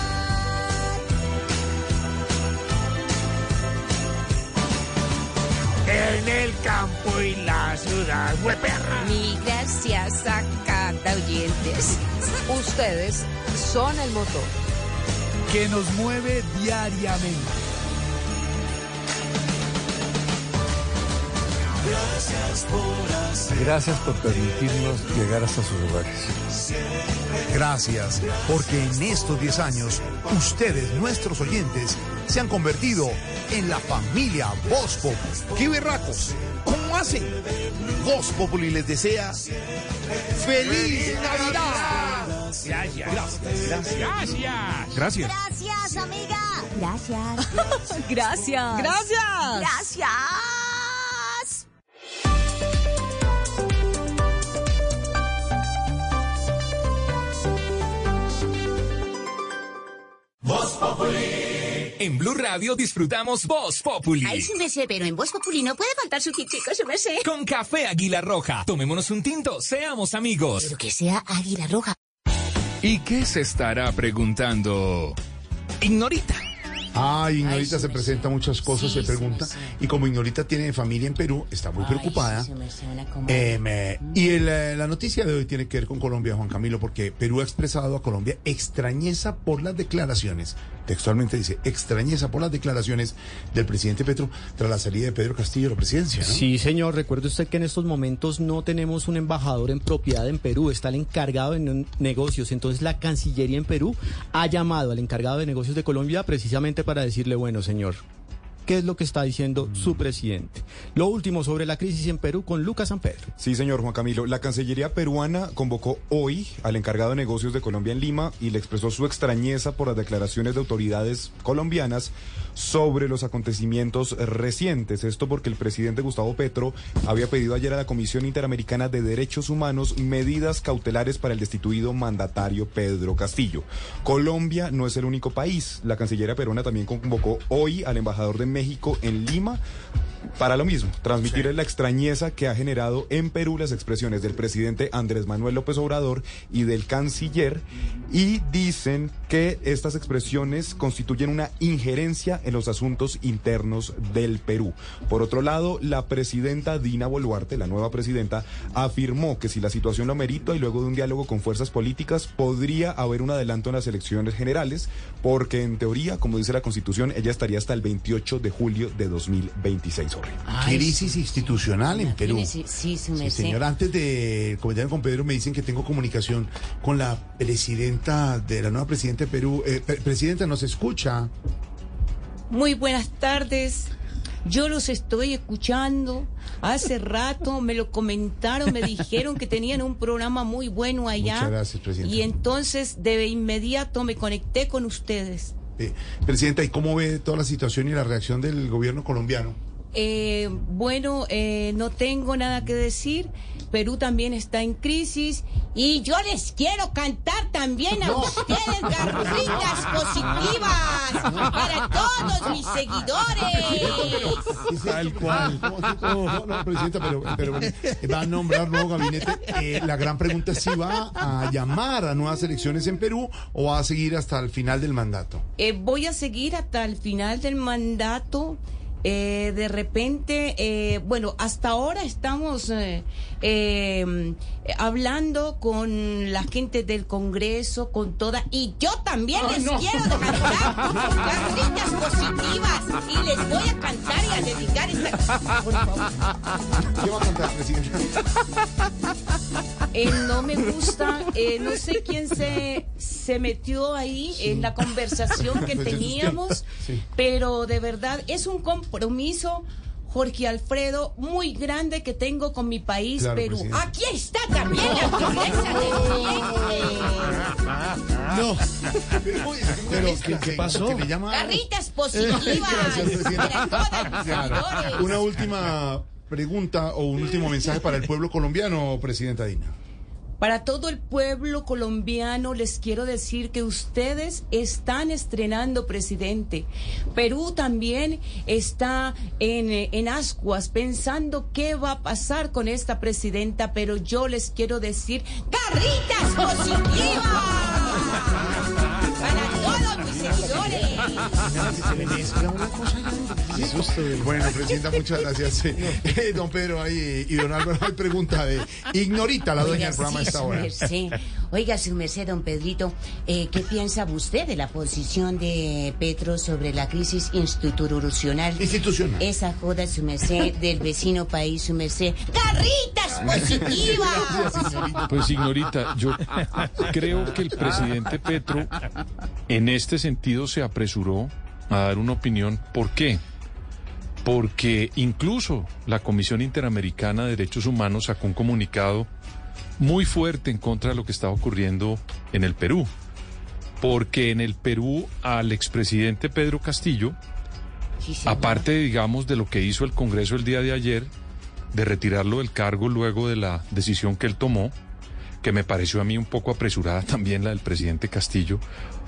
En el campo y la ciudad, hueperra. Mi gracias a cada oyentes. Ustedes son el motor que nos mueve diariamente. Gracias por hacer. Gracias por permitirnos llegar hasta sus hogares. Gracias, porque en estos diez años, ustedes, nuestros oyentes, se han convertido en la familia Voz Populi. ¡Qué berracos! ¿Cómo hacen? Voz Populi les desea ¡Feliz Navidad! Gracias. Gracias. Gracias. Gracias. Gracias, amiga. Gracias. Gracias. Gracias. Gracias. Voz Populi. En Blue Radio disfrutamos Voz Populi. Ay, sí me sé, pero en Voz Populi no puede faltar su tintico, sí me sé. Con café Águila Roja. Tomémonos un tinto, seamos amigos. Pero que sea Águila Roja. ¿Y qué se estará preguntando Ignorita? Ah, Ignorita Ay, se presenta muchas cosas, sí, se pregunta. sí, sí. Y como Ignorita tiene familia en Perú, está muy Ay, preocupada. sí, se me suena como- Eh, me- y el, eh, la noticia de hoy tiene que ver con Colombia, Juan Camilo, porque Perú ha expresado a Colombia extrañeza por las declaraciones, textualmente dice, extrañeza por las declaraciones del presidente Petro tras la salida de Pedro Castillo de la presidencia, ¿no? Sí, señor. Recuerde usted que en estos momentos no tenemos un embajador en propiedad en Perú, está el encargado de ne- negocios. Entonces la Cancillería en Perú ha llamado al encargado de negocios de Colombia precisamente para decirle, bueno, señor, ¿qué es lo que está diciendo su presidente? Lo último sobre la crisis en Perú con Lucas San Pedro. Sí, señor Juan Camilo. La Cancillería peruana convocó hoy al encargado de negocios de Colombia en Lima y le expresó su extrañeza por las declaraciones de autoridades colombianas sobre los acontecimientos recientes. Esto porque el presidente Gustavo Petro había pedido ayer a la Comisión Interamericana de Derechos Humanos medidas cautelares para el destituido mandatario Pedro Castillo. Colombia no es el único país. La Cancillería peruana también convocó hoy al embajador de México en Lima para lo mismo, transmitirles sí. la extrañeza que ha generado en Perú las expresiones del presidente Andrés Manuel López Obrador y del canciller, y dicen que estas expresiones constituyen una injerencia en los asuntos internos del Perú. Por otro lado, la presidenta Dina Boluarte, la nueva presidenta, afirmó que si la situación lo amerita y luego de un diálogo con fuerzas políticas, podría haber un adelanto en las elecciones generales, porque en teoría, como dice la Constitución, ella estaría hasta el veintiocho de julio de dos mil veintiséis. Ay, crisis sí. institucional en Perú. Sí, sí, sí, sí señor. Antes de comentar con Pedro, me dicen que tengo comunicación con la presidenta de la nueva presidenta de Perú. Eh, pre presidenta, ¿nos escucha? Muy buenas tardes. Yo los estoy escuchando. Hace rato me lo comentaron, me dijeron que tenían un programa muy bueno allá. Muchas gracias, presidenta. Y entonces de inmediato me conecté con ustedes. Eh, presidenta, ¿y cómo ve toda la situación y la reacción del gobierno colombiano? Eh, bueno, eh, no tengo nada que decir. Perú también está en crisis y yo les quiero cantar también a no. ustedes garritas positivas para todos mis seguidores. Tal cual. No, no, presidenta, pero, pero va a nombrar nuevo gabinete. Eh, la gran pregunta es si va a llamar a nuevas elecciones en Perú o va a seguir hasta el final del mandato. Eh, voy a seguir hasta el final del mandato. Eh, de repente, eh, bueno, hasta ahora estamos eh, eh, hablando con la gente del Congreso, con toda, y yo también oh, les no. quiero cantar carritas positivas y les voy a cantar y a dedicar esta. Por favor. ¿Qué va a cantar, presidenta? Eh, no me gusta, eh, no sé quién se, se metió ahí sí. en la conversación que teníamos, sí. pero de verdad es un compromiso, Jorge Alfredo, muy grande que tengo con mi país, claro, Perú. Presidente. Aquí está también la promesa de No, pero, pero ¿qué, ¿qué pasó? Que llama... Carritas positivas. Para todas claro. Una última pregunta o un último mensaje para el pueblo colombiano, presidenta Dina. Para todo el pueblo colombiano les quiero decir que ustedes están estrenando presidente. Perú también está en, en ascuas pensando qué va a pasar con esta presidenta, pero yo les quiero decir ¡carritas positivas! Para todos mis seguidores. Bueno, presidenta, muchas gracias. Eh, don Pedro ahí y don Álvaro, hay pregunta de Ignorita, la dueña del programa a esta hora. Merced. Oiga, su merced, don Pedrito, eh, ¿qué piensa usted de la posición de Petro sobre la crisis institucional? Institucional. Esa joda, su merced, del vecino país, su merced. ¡Carritas positivas! Pues, Ignorita, yo creo que el presidente Petro en este sentido se apresuró a dar una opinión. ¿Por qué? Porque incluso la Comisión Interamericana de Derechos Humanos sacó un comunicado muy fuerte en contra de lo que estaba ocurriendo en el Perú. Porque en el Perú al expresidente Pedro Castillo, sí, sí, aparte, no. digamos, de lo que hizo el Congreso el día de ayer, de retirarlo del cargo luego de la decisión que él tomó, que me pareció a mí un poco apresurada también la del presidente Castillo,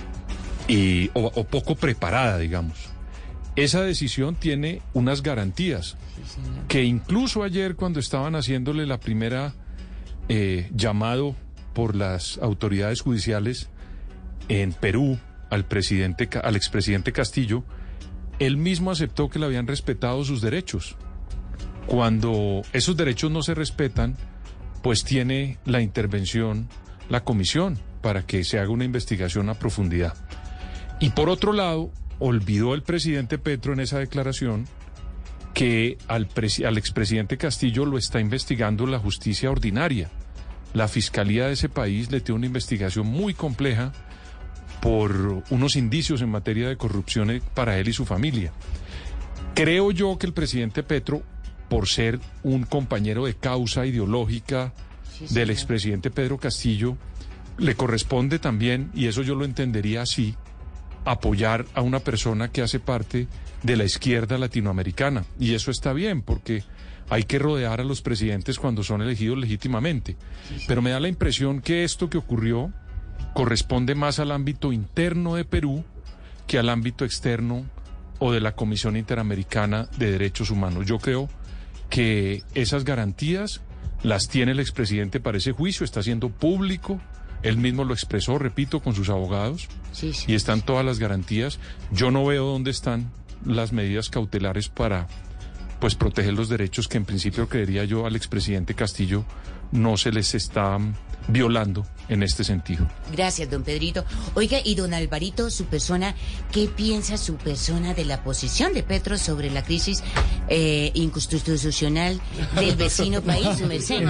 y, o, o poco preparada, digamos. Esa decisión tiene unas garantías que incluso ayer cuando estaban haciéndole la primera eh, llamado por las autoridades judiciales en Perú al presidente, al expresidente Castillo, él mismo aceptó que le habían respetado sus derechos. Cuando esos derechos no se respetan, pues tiene la intervención la comisión para que se haga una investigación a profundidad. Y por otro lado, olvidó el presidente Petro en esa declaración que al, presi- al expresidente Castillo lo está investigando la justicia ordinaria. La fiscalía de ese país le tiene una investigación muy compleja por unos indicios en materia de corrupción para él y su familia. Creo yo que el presidente Petro, por ser un compañero de causa ideológica sí, del expresidente Pedro Castillo, le corresponde también, y eso yo lo entendería así, apoyar a una persona que hace parte de la izquierda latinoamericana. Y eso está bien, porque hay que rodear a los presidentes cuando son elegidos legítimamente. Sí, sí. Pero me da la impresión que esto que ocurrió corresponde más al ámbito interno de Perú que al ámbito externo o de la Comisión Interamericana de Derechos Humanos. Yo creo que esas garantías las tiene el expresidente para ese juicio, está siendo público, él mismo lo expresó, repito, con sus abogados, sí, sí, y están todas las garantías. Yo no veo dónde están las medidas cautelares para, pues, proteger los derechos que en principio creería yo al expresidente Castillo no se les está violando en este sentido. Gracias, don Pedrito. Oiga, y don Alvarito, su persona, ¿qué piensa su persona de la posición de Petro sobre la crisis eh, inconstitucional del vecino país, su merced?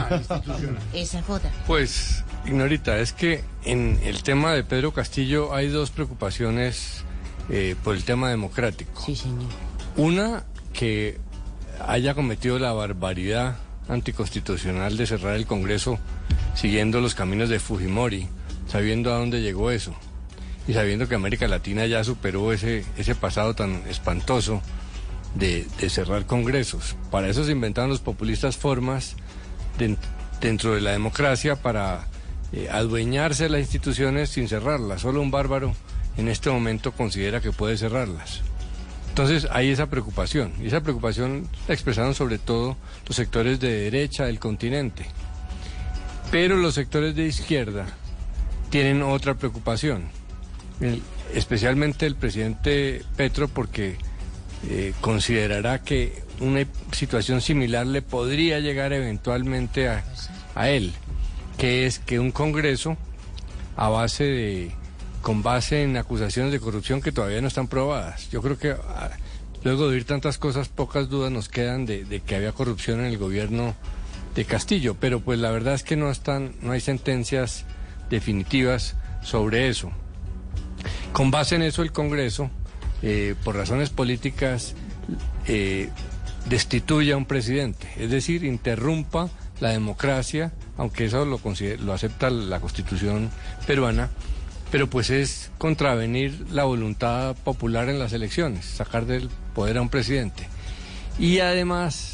Esa joda. Pues, Ignorita, es que en el tema de Pedro Castillo hay dos preocupaciones eh, por el tema democrático. Sí, señor. Una, que haya cometido la barbaridad anticonstitucional de cerrar el Congreso siguiendo los caminos de Fujimori, sabiendo a dónde llegó eso y sabiendo que América Latina ya superó ese, ese pasado tan espantoso de, de cerrar congresos. Para eso se inventaron los populistas formas de, dentro de la democracia para eh, adueñarse de las instituciones sin cerrarlas. Solo un bárbaro en este momento considera que puede cerrarlas. Entonces hay esa preocupación, y esa preocupación la expresaron sobre todo los sectores de derecha del continente. Pero los sectores de izquierda tienen otra preocupación, el, especialmente el presidente Petro, porque eh, considerará que una situación similar le podría llegar eventualmente a, a él, que es que un Congreso a base de... con base en acusaciones de corrupción que todavía no están probadas. Yo creo que a, luego de oír tantas cosas, pocas dudas nos quedan de, de que había corrupción en el gobierno de Castillo, pero pues la verdad es que no están, no hay sentencias definitivas sobre eso. Con base en eso el Congreso, eh, por razones políticas, eh, destituye a un presidente, es decir, interrumpa la democracia, aunque eso lo, lo acepta la Constitución peruana, pero pues es contravenir la voluntad popular en las elecciones, sacar del poder a un presidente. Y además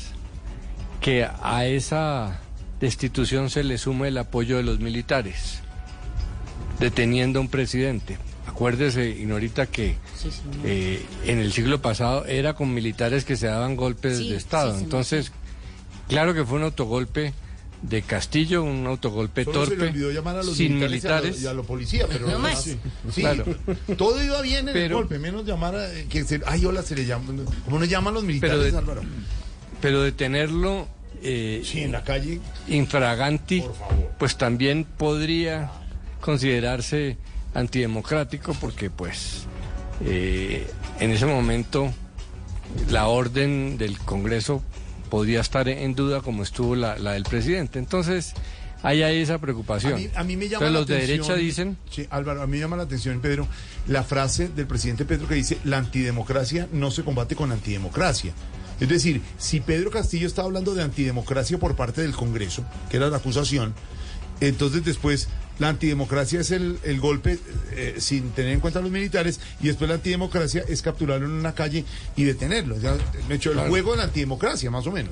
que a esa destitución se le suma el apoyo de los militares, deteniendo a un presidente. Acuérdese, Ignorita, que sí, sí, eh, en el siglo pasado era con militares que se daban golpes sí, de Estado. Sí, Entonces, claro que fue un autogolpe de Castillo, un autogolpe Solo torpe, se le olvidó llamar a los sin militares, militares. Y a, lo, y a los policías, pero no más. Sí, sí, claro. Todo iba bien en pero, el golpe, menos llamar a... Que se, ay, hola, se le llama... ¿Cómo nos llaman los militares, pero de, Álvaro? Pero detenerlo... Eh, sí, en la calle. Infraganti, pues también podría considerarse antidemocrático porque, pues, eh, en ese momento la orden del Congreso podía estar en duda como estuvo la, la del presidente. Entonces, ahí hay esa preocupación. A mí, a mí me llama Entonces, la los atención, de derecha dicen... Sí, Álvaro, a mí me llama la atención, Pedro, la frase del presidente Petro que dice, la antidemocracia no se combate con antidemocracia. Es decir, si Pedro Castillo está hablando de antidemocracia por parte del Congreso, que era la acusación, entonces después la antidemocracia es el, el golpe eh, sin tener en cuenta a los militares, y después la antidemocracia es capturarlo en una calle y detenerlo. O sea, me echó el claro. juego de la antidemocracia, más o menos.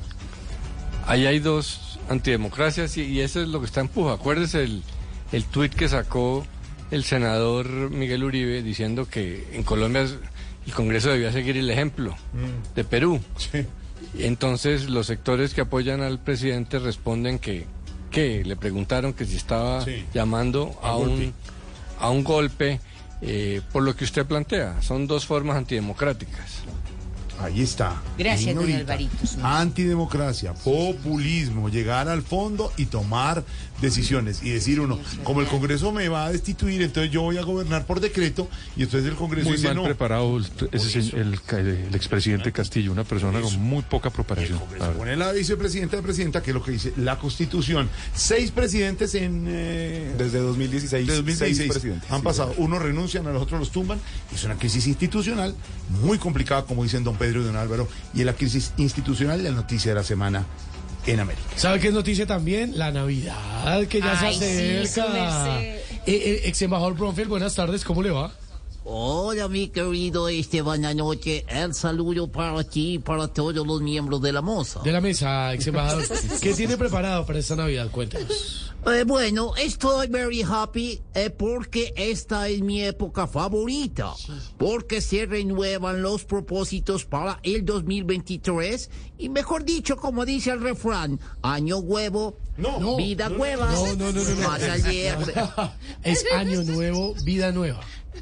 Ahí hay dos antidemocracias y, y eso es lo que está en puja. Acuérdese el, el tuit que sacó el senador Miguel Uribe diciendo que en Colombia el Congreso debía seguir el ejemplo mm. de Perú. Sí. Entonces los sectores que apoyan al presidente responden que, que le preguntaron que si estaba sí. llamando a, a un, a un golpe eh, por lo que usted plantea. Son dos formas antidemocráticas. Ahí está. Gracias, don Alvarito. Antidemocracia, populismo, llegar al fondo y tomar decisiones. Y decir uno, como el Congreso me va a destituir, entonces yo voy a gobernar por decreto, y entonces el Congreso muy dice mal no. preparado ese es el, el, el expresidente Castillo, una persona eso. con muy poca preparación. El Congreso pone la vicepresidenta de presidenta, que es lo que dice la Constitución. Seis presidentes en... Eh, Desde dos mil dieciséis. Desde dos mil dieciséis seis presidentes. Han sí, pasado. bueno. Unos renuncian, a los otros los tumban. Es una crisis institucional muy complicada, como dicen don Pedro y don Álvaro. Y en la crisis institucional, la noticia de la semana en América. ¿Sabe qué es noticia también? La Navidad, que ya Ay, se acerca. Sí, eh, eh, ex embajador Bromfield, buenas tardes, ¿cómo le va? Hola, mi querido Esteban Anoche, el saludo para ti y para todos los miembros de la mesa. De la mesa, ex embajador. ¿Qué tiene preparado para esta Navidad? Cuéntanos. Eh, bueno, estoy very happy eh, porque esta es mi época favorita, porque se renuevan los propósitos para el dos mil veintitrés y mejor dicho, como dice el refrán, año huevo, No, vida no, hueva, no, no, no, no, no. más ayer. Es año nuevo, vida nueva.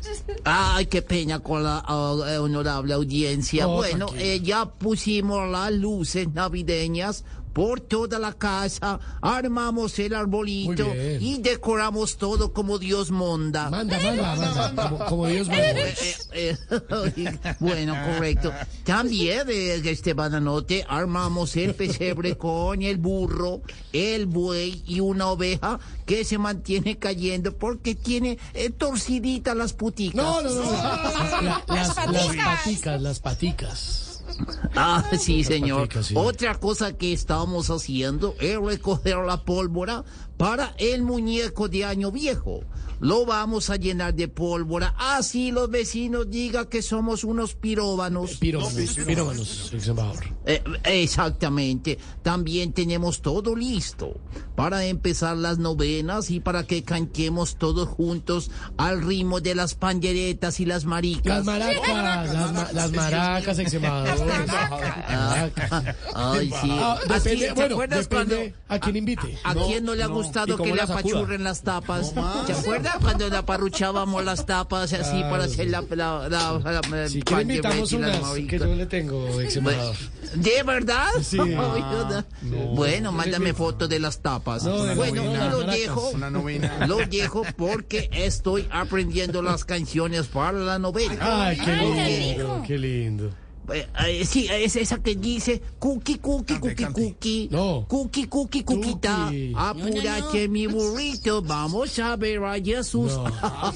Ay, qué pena con la uh, honorable audiencia. No, bueno, tranquilo. eh, ya pusimos las luces navideñas por toda la casa, armamos el arbolito Muy bien. y decoramos todo como Dios manda. Manda, manda, manda. Como, como Dios manda. Eh, eh, eh, bueno, correcto. También, eh, Esteban Anote, armamos el pesebre con el burro, el buey y una oveja que se mantiene cayendo porque tiene eh, torciditas las puticas. No, no, no. La- las, las paticas, las paticas. Ah, sí, señor. paticas, sí. Otra cosa que estamos haciendo es recoger la pólvora para el muñeco de Año Viejo. Lo vamos a llenar de pólvora, así los vecinos digan que somos unos pirómanos. Pirómanos, pirómanos, ex embajador. Eh, exactamente. También tenemos todo listo para empezar las novenas y para que cantemos todos juntos al ritmo de las panderetas y las maricas. Las maracas, las, ma- las maracas, ex embajador. Ah, ay, sí. Ah, ¿A depende, quién- ¿te bueno, acuerdas depende a quién invite. ¿A No, quién no le ha no. gustado ¿Y cómo que le la sacuda? apachurren las tapas? ¿Se acuerda cuando le aparruchábamos las tapas así Claro, para sí. hacer la... la, la, la- la- Si pan quiere de invitamos res y las unas que maricas? yo le tengo, ex embajador. ¿De verdad? Sí. Ay, Ah, no. Bueno, mándame foto de las tapas. No, de bueno, novena, lo maracas. dejo, Una novena. lo dejo porque estoy aprendiendo las canciones para la novela. Ay, qué Porque, lindo, qué lindo. eh, eh, sí, es esa que dice cookie, cookie, Cante, cookie, cante. cookie. No. Cookie, cookie, cookita. Cookie. Apúrate, mi burrito. Vamos a ver a Jesús. No.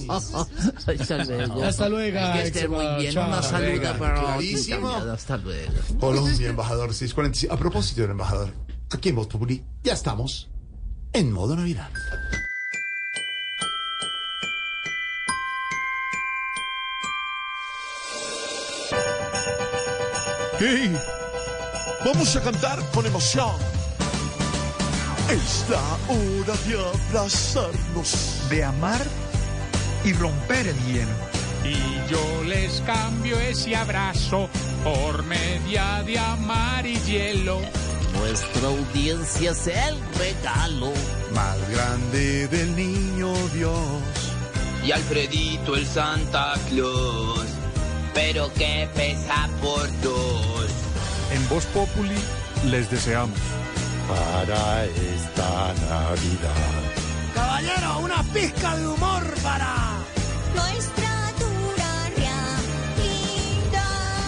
Hasta luego. Hasta luego, Que ex esté muy embajador. bien. Chao. Una saluda Venga, para ti clarísimo. también. Hasta luego. Colombia, embajador seis cuarenta y cinco. A propósito del embajador, aquí en Voz Populi ya estamos en modo Navidad. ¡Hey! Vamos a cantar con emoción. Es la hora de abrazarnos. De amar y romper el hielo. Y yo les cambio ese abrazo por media de amar y hielo. Nuestra audiencia es el regalo Más grande del niño Dios. Y Alfredito el Santa Claus, pero que pesa por dos. En Voz Populi les deseamos Para esta Navidad. Caballero, una pizca de humor para Nuestra dura realidad.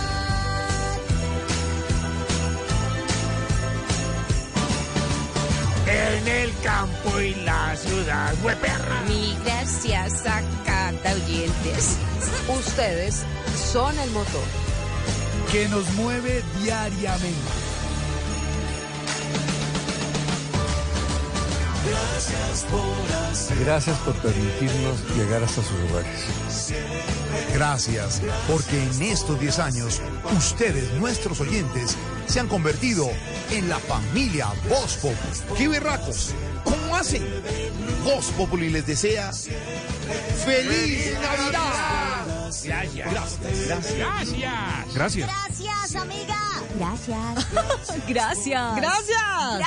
En el campo y la ciudad, hueperra. Mil gracias a cada oyentes. Ustedes son el motor. Que nos mueve diariamente. Gracias por hacer. Gracias por permitirnos llegar hasta sus hogares. Gracias, porque en estos diez años, ustedes, nuestros oyentes, se han convertido en la familia Voz Populi. ¡Qué berracos! ¿Cómo hacen? Voz Populi les desea ¡Feliz Navidad! Gracias. Gracias. Gracias. Gracias. Gracias, amiga. Gracias. Gracias. Gracias.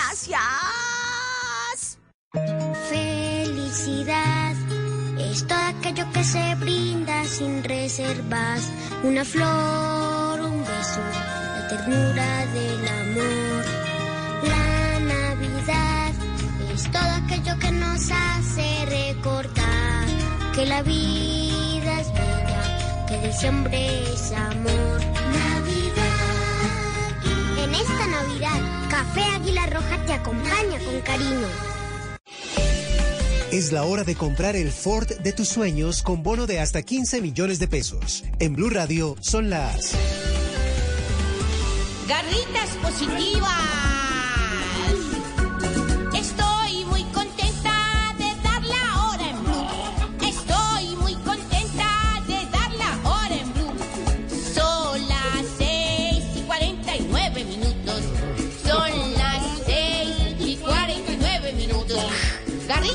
Gracias. Felicidad es todo aquello que se brinda sin reservas. Una flor, un beso, la ternura del amor. La Navidad es todo aquello que nos hace recordar que la vida es bella, que diciembre es amor. Navidad. En esta Navidad, Café Águila Roja te acompaña con cariño. Es la hora de comprar el Ford de tus sueños con bono de hasta quince millones de pesos. En Blue Radio son las... Garritas positivas. Estoy muy contenta de dar la hora en Blue. Estoy muy contenta de dar la hora en Blue. Son las seis y cuarenta y nueve minutos. Son las seis y cuarenta y nueve minutos. Garritas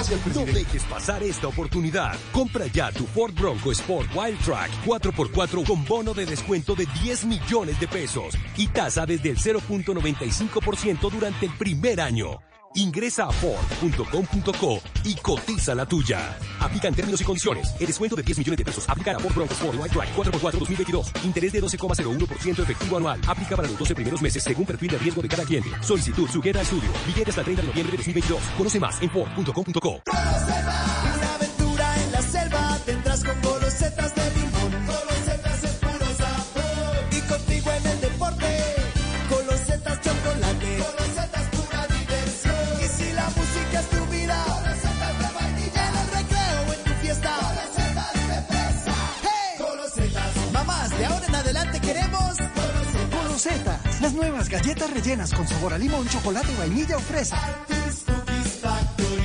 Gracias, presidente. No dejes pasar esta oportunidad. Compra ya tu Ford Bronco Sport Wild Track cuatro por cuatro con bono de descuento de diez millones de pesos y tasa desde el cero punto noventa y cinco por ciento durante el primer año. Ingresa a ford punto com punto co y cotiza la tuya. Aplica en términos y condiciones. El descuento de diez millones de pesos aplica a Ford Bronco Sport Wild Drive cuatro por cuatro dos mil veintidós. Interés de doce coma cero uno por ciento efectivo anual. Aplica para los doce primeros meses según perfil de riesgo de cada cliente. Solicitud sujeta a estudio. Billetes hasta el treinta de noviembre de dos mil veintidós. Conoce más en ford punto com punto co. Una aventura en la selva tendrás con golosetas de limón. Golosetas es puro sabor. Y contigo en el deporte, golosetas chocolate. Golosetas pura diversión. Y si la música es tu vida, golosetas de vainilla en el recreo o en tu fiesta. Golosetas de fresa. ¡Hey! Golosetas. Mamás, de ahora en adelante queremos golosetas. Golosetas, las nuevas galletas rellenas con sabor a limón, chocolate, vainilla o fresa. Artis Cookies Factory.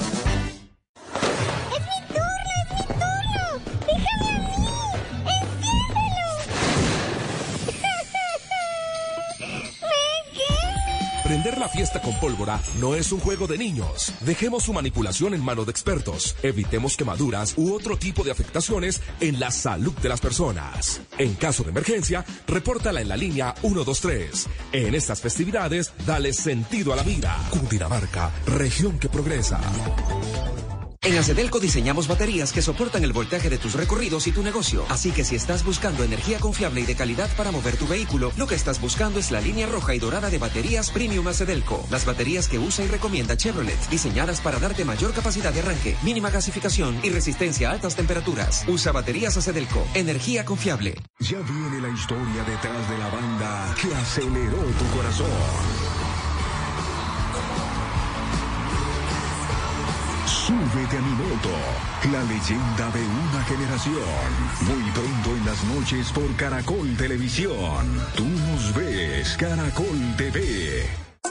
Prender la fiesta con pólvora no es un juego de niños. Dejemos su manipulación en manos de expertos. Evitemos quemaduras u otro tipo de afectaciones en la salud de las personas. En caso de emergencia, repórtala en la línea uno dos tres. En estas festividades, dale sentido a la vida. Cundinamarca, región que progresa. En Acedelco diseñamos baterías que soportan el voltaje de tus recorridos y tu negocio. Así que si estás buscando energía confiable y de calidad para mover tu vehículo, lo que estás buscando es la línea roja y dorada de baterías Premium Acedelco. Las baterías que usa y recomienda Chevrolet, diseñadas para darte mayor capacidad de arranque, mínima gasificación y resistencia a altas temperaturas. Usa baterías Acedelco, energía confiable. Ya viene la historia detrás de la banda que aceleró tu corazón. Súbete a mi moto, la leyenda de una generación. Muy pronto en las noches por Caracol Televisión. Tú nos ves, Caracol T V.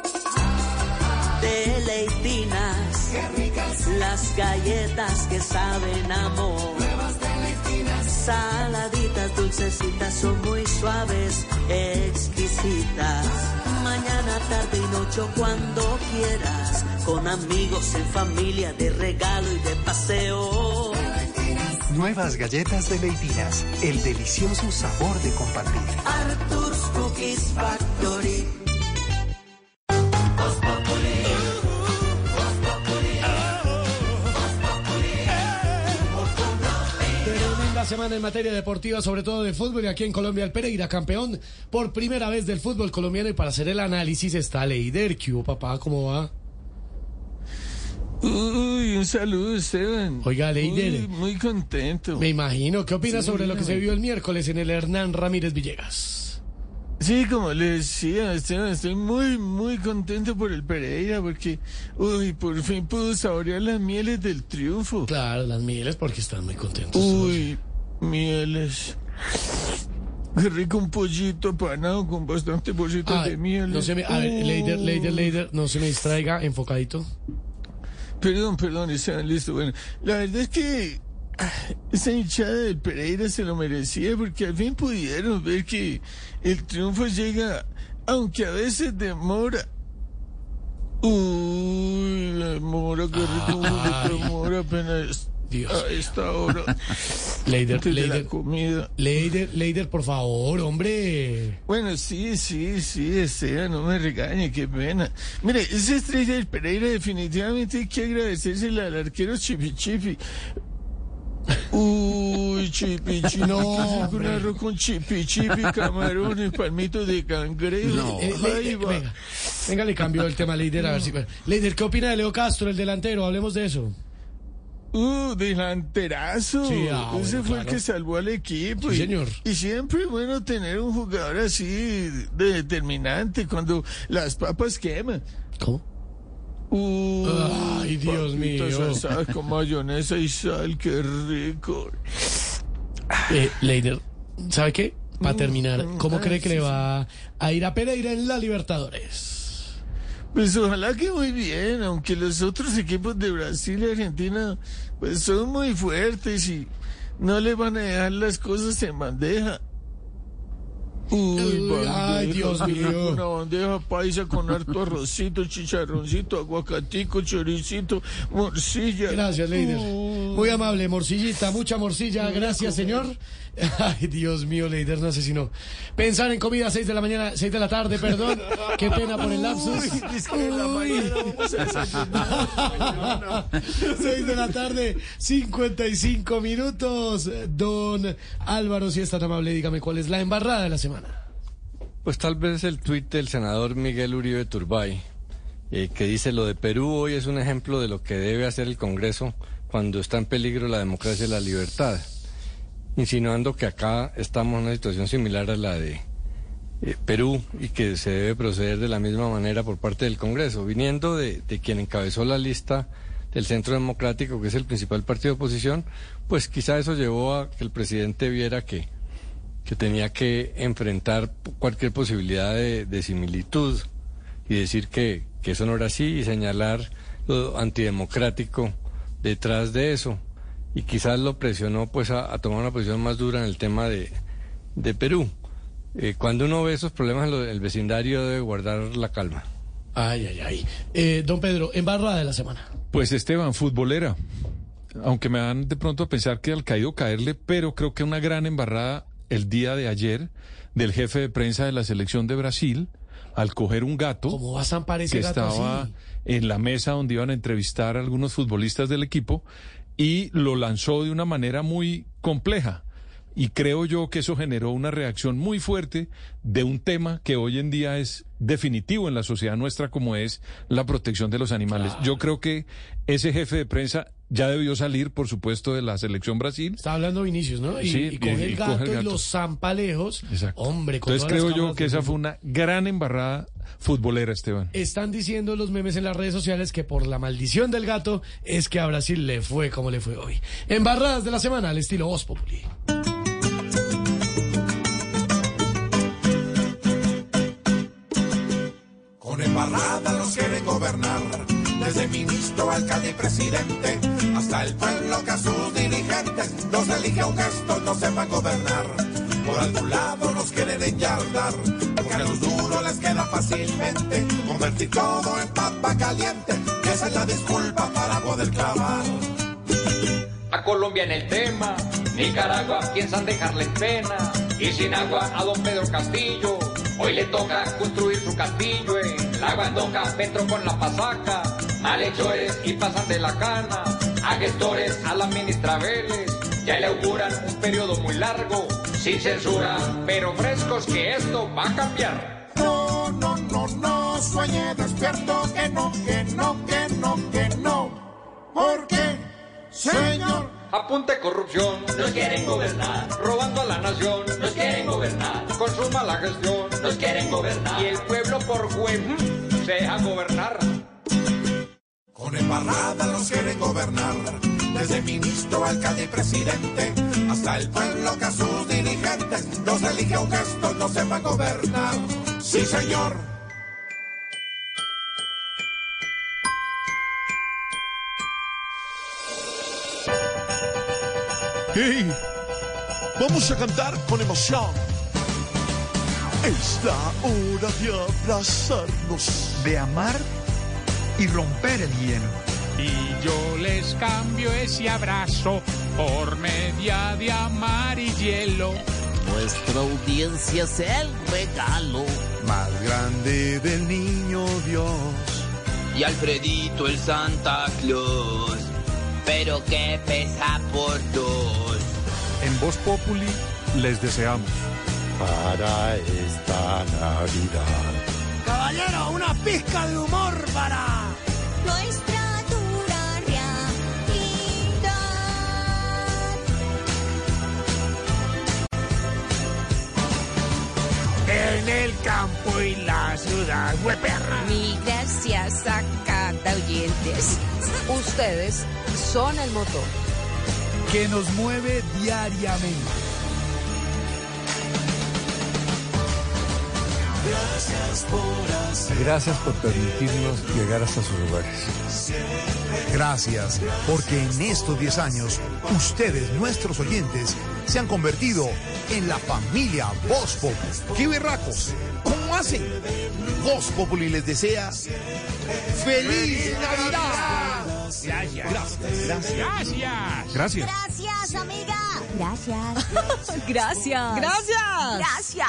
Deleitinas, qué ricas, las galletas que saben amor. Nuevas deleitinas, saladitas, dulcecitas, son muy suaves, exquisitas. Mañana, tarde y noche, cuando quieras, con amigos, en familia, de regalo y de paseo. Nuevas galletas Deleitinas, el delicioso sabor de compartir. Arthur's Cookies Factory. Semana en materia deportiva, sobre todo de fútbol, y aquí en Colombia el Pereira, campeón por primera vez del fútbol colombiano, y para hacer el análisis está Leider. ¿Qué hubo, papá? ¿Cómo va? Uy, un saludo, Esteban. Oiga, Leider. Uy, muy contento. Me imagino. ¿Qué opinas sí, sobre lo que se vio el miércoles en el Hernán Ramírez Villegas? Sí, como le decía, Esteban, estoy muy, muy contento por el Pereira, porque, uy, por fin pudo saborear las mieles del triunfo. Claro, las mieles, porque están muy contentos. Uy, mieles. Qué rico un pollito apanado con bastante pollito de mieles. No se me, a ver, Leider, Leider, Leider, no se me distraiga, enfocadito. Perdón, perdón, Esteban, listo. Bueno, la verdad es que esa hinchada del Pereira se lo merecía, porque al fin pudieron ver que el triunfo llega, aunque a veces demora. Uy, la demora, qué rico, ah, demora apenas. Dios. A esta hora. Leider, Leider, la comida. Leider, Leider, por favor, hombre. Bueno, sí, sí, sí, desea, no me regañe, qué pena. Mire, esa estrella del Pereira definitivamente hay que agradecérsela al arquero Chipi Chipi. Uy, Chipi Chipi. No, un arroz con Chipi Chipi, camarones, palmitos de cangrejo. No. Eh, eh, venga, venga, le cambio el tema a Leider, a ver si... Leider, ¿qué opina de Leo Castro, el delantero? Hablemos de eso. Uh, delanterazo. Sí, ah, Ese bueno, fue claro. el que salvó al equipo. Sí, y, señor. Y siempre es bueno tener un jugador así de determinante cuando las papas queman. ¿Cómo? Uh, Ay, Dios mío. Asadas con mayonesa y sal, qué rico. Eh, Leider, ¿sabe qué? Para terminar, ¿cómo cree que le va a ir a Pereira en la Libertadores? Pues ojalá que muy bien, aunque los otros equipos de Brasil y Argentina pues son muy fuertes y no le van a dejar las cosas en bandeja. Uy, bandeja, ay, Dios mío. Una bandeja paisa con harto arrocito, chicharroncito, aguacatico, choricito, morcilla. Gracias, Leider. Muy amable, morcillita, mucha morcilla. Gracias, señor. Ay, Dios mío, Leider no asesinó. Pensar en comida a seis de la mañana, seis de la tarde, perdón. Qué pena por el lapsus. seis de la tarde, cincuenta y cinco minutos. Don Álvaro, si es tan amable, dígame cuál es la embarrada de la semana. Pues tal vez el tuit del senador Miguel Uribe Turbay, eh, que dice: lo de Perú hoy es un ejemplo de lo que debe hacer el Congreso cuando está en peligro la democracia y la libertad, insinuando que acá estamos en una situación similar a la de eh, Perú y que se debe proceder de la misma manera por parte del Congreso, viniendo de, de quien encabezó la lista del Centro Democrático, que es el principal partido de oposición. Pues quizá eso llevó a que el presidente viera que, que tenía que enfrentar cualquier posibilidad de, de similitud y decir que, que eso no era así y señalar lo antidemocrático detrás de eso. Y quizás lo presionó pues a, a tomar una posición más dura en el tema de, de Perú. Eh, cuando uno ve esos problemas en lo, el vecindario debe guardar la calma. Ay, ay, ay. Eh, don Pedro, embarrada de la semana. Pues Esteban, futbolera. Aunque me dan de pronto a pensar que al caído caerle, pero creo que una gran embarrada el día de ayer del jefe de prensa de la selección de Brasil al coger un gato. ¿Cómo va a zampar ese que gato estaba así? En la mesa donde iban a entrevistar a algunos futbolistas del equipo y lo lanzó de una manera muy compleja. Y creo yo que eso generó una reacción muy fuerte de un tema que hoy en día es definitivo en la sociedad nuestra, como es la protección de los animales. Claro. Yo creo que ese jefe de prensa ya debió salir, por supuesto, de la selección Brasil. Está hablando Vinicius, ¿no? Y, sí, y coge y, el y gato coge el gato. y los zampa lejos. Exacto. Hombre, con Entonces creo yo que esa fue una gran embarrada futbolera, Esteban. Están diciendo los memes en las redes sociales que por la maldición del gato es que a Brasil le fue como le fue hoy. Embarradas de la semana al estilo Voz Populi. Con embarrada los quieren gobernar, desde ministro, alcalde y presidente, hasta el pueblo que a sus dirigentes los elige un gesto, no sepan gobernar. Por algún lado nos quieren enyardar, porque a los duros les queda fácilmente convertir todo en papa caliente, y esa es la disculpa para poder clavar. A Colombia en el tema, Nicaragua piensan dejarle en pena, y sin agua a don Pedro Castillo, hoy le toca construir su castillo en la Guandoca, Petro con la pasaca, malhechores y pasan de la cana, a gestores, a la ministra Vélez, ya le auguran un periodo muy largo, sin censura, pero frescos que esto va a cambiar. No, no, no, no, sueñe despierto, que no, que no, que no, que no, ¿por qué, señor? Apunte corrupción, nos quieren gobernar. Robando a la nación, nos quieren gobernar. Con su mala gestión, nos quieren gobernar. Y el pueblo por juez se deja gobernar. Con embarrada los quieren gobernar, desde ministro, alcalde y presidente, hasta el pueblo que a sus dirigentes los elige un gesto, no sepan gobernar. Sí, señor. ¡Hey! Vamos a cantar con emoción. Es la hora de abrazarnos, de amar y romper el hielo. Y yo les cambio ese abrazo por media de amar y hielo. Nuestra audiencia es el regalo más grande del niño Dios. Y Alfredito el Santa Claus, pero que pesa por dos. En Voz Populi les deseamos para esta Navidad, caballero, una pizca de humor para nuestra dura realidad. En el campo y la ciudad, hueperra. Mi gracias a cada oyentes. Ustedes son el motor que nos mueve diariamente. Gracias por hacer. Gracias por permitirnos llegar hasta sus hogares. Gracias, porque en estos diez años, ustedes, nuestros oyentes, se han convertido en la familia Voz Populi. ¡Qué berracos! ¿Cómo hacen? Voz Populi les desea ¡Feliz Navidad! Gracias. Gracias. Gracias. Gracias. Gracias, amiga. Gracias. Gracias. Gracias. Gracias.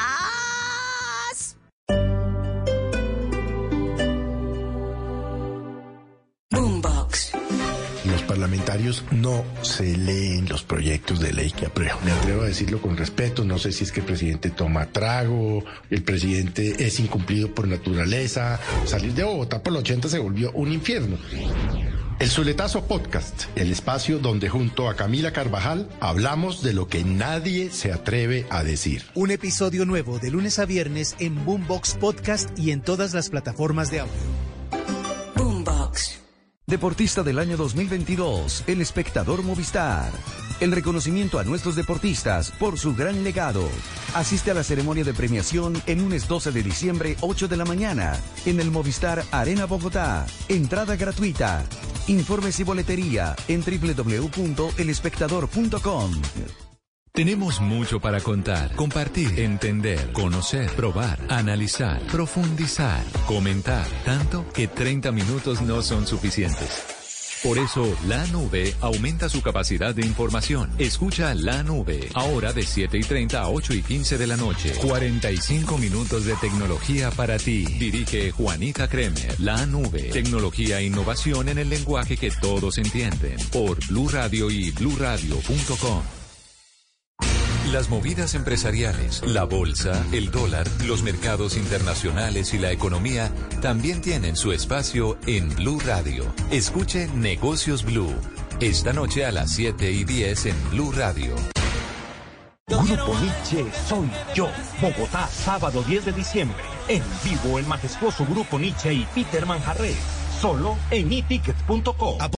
Boombox. Los parlamentarios no se leen los proyectos de ley que aprueban. Me atrevo a decirlo con respeto, no sé si es que el presidente toma trago, el presidente es incumplido por naturaleza, salir de Bogotá por los ochenta se volvió un infierno. El Zuletazo Podcast, el espacio donde junto a Camila Carvajal hablamos de lo que nadie se atreve a decir. Un episodio nuevo de lunes a viernes en Boombox Podcast y en todas las plataformas de audio. Boombox. Deportista del año dos mil veintidós, el espectador Movistar. El reconocimiento a nuestros deportistas por su gran legado. Asiste a la ceremonia de premiación el lunes doce de diciembre, ocho de la mañana, en el Movistar Arena Bogotá. Entrada gratuita. Informes y boletería en doble u doble u doble u punto el espectador punto com. Tenemos mucho para contar, compartir, entender, conocer, probar, analizar, profundizar, comentar, tanto que treinta minutos no son suficientes. Por eso, La Nube aumenta su capacidad de información. Escucha La Nube, ahora de siete y treinta a ocho y quince de la noche. cuarenta y cinco minutos de tecnología para ti. Dirige Juanita Kremer. La Nube, tecnología e innovación en el lenguaje que todos entienden. Por Blue Radio y blue radio punto com. Las movidas empresariales, la bolsa, el dólar, los mercados internacionales y la economía también tienen su espacio en Blue Radio. Escuche Negocios Blue, esta noche a las siete y diez en Blue Radio. Grupo Nietzsche soy yo. Bogotá, sábado diez de diciembre. En vivo el majestuoso Grupo Nietzsche y Peter Manjarrés. Solo en e tickets punto com.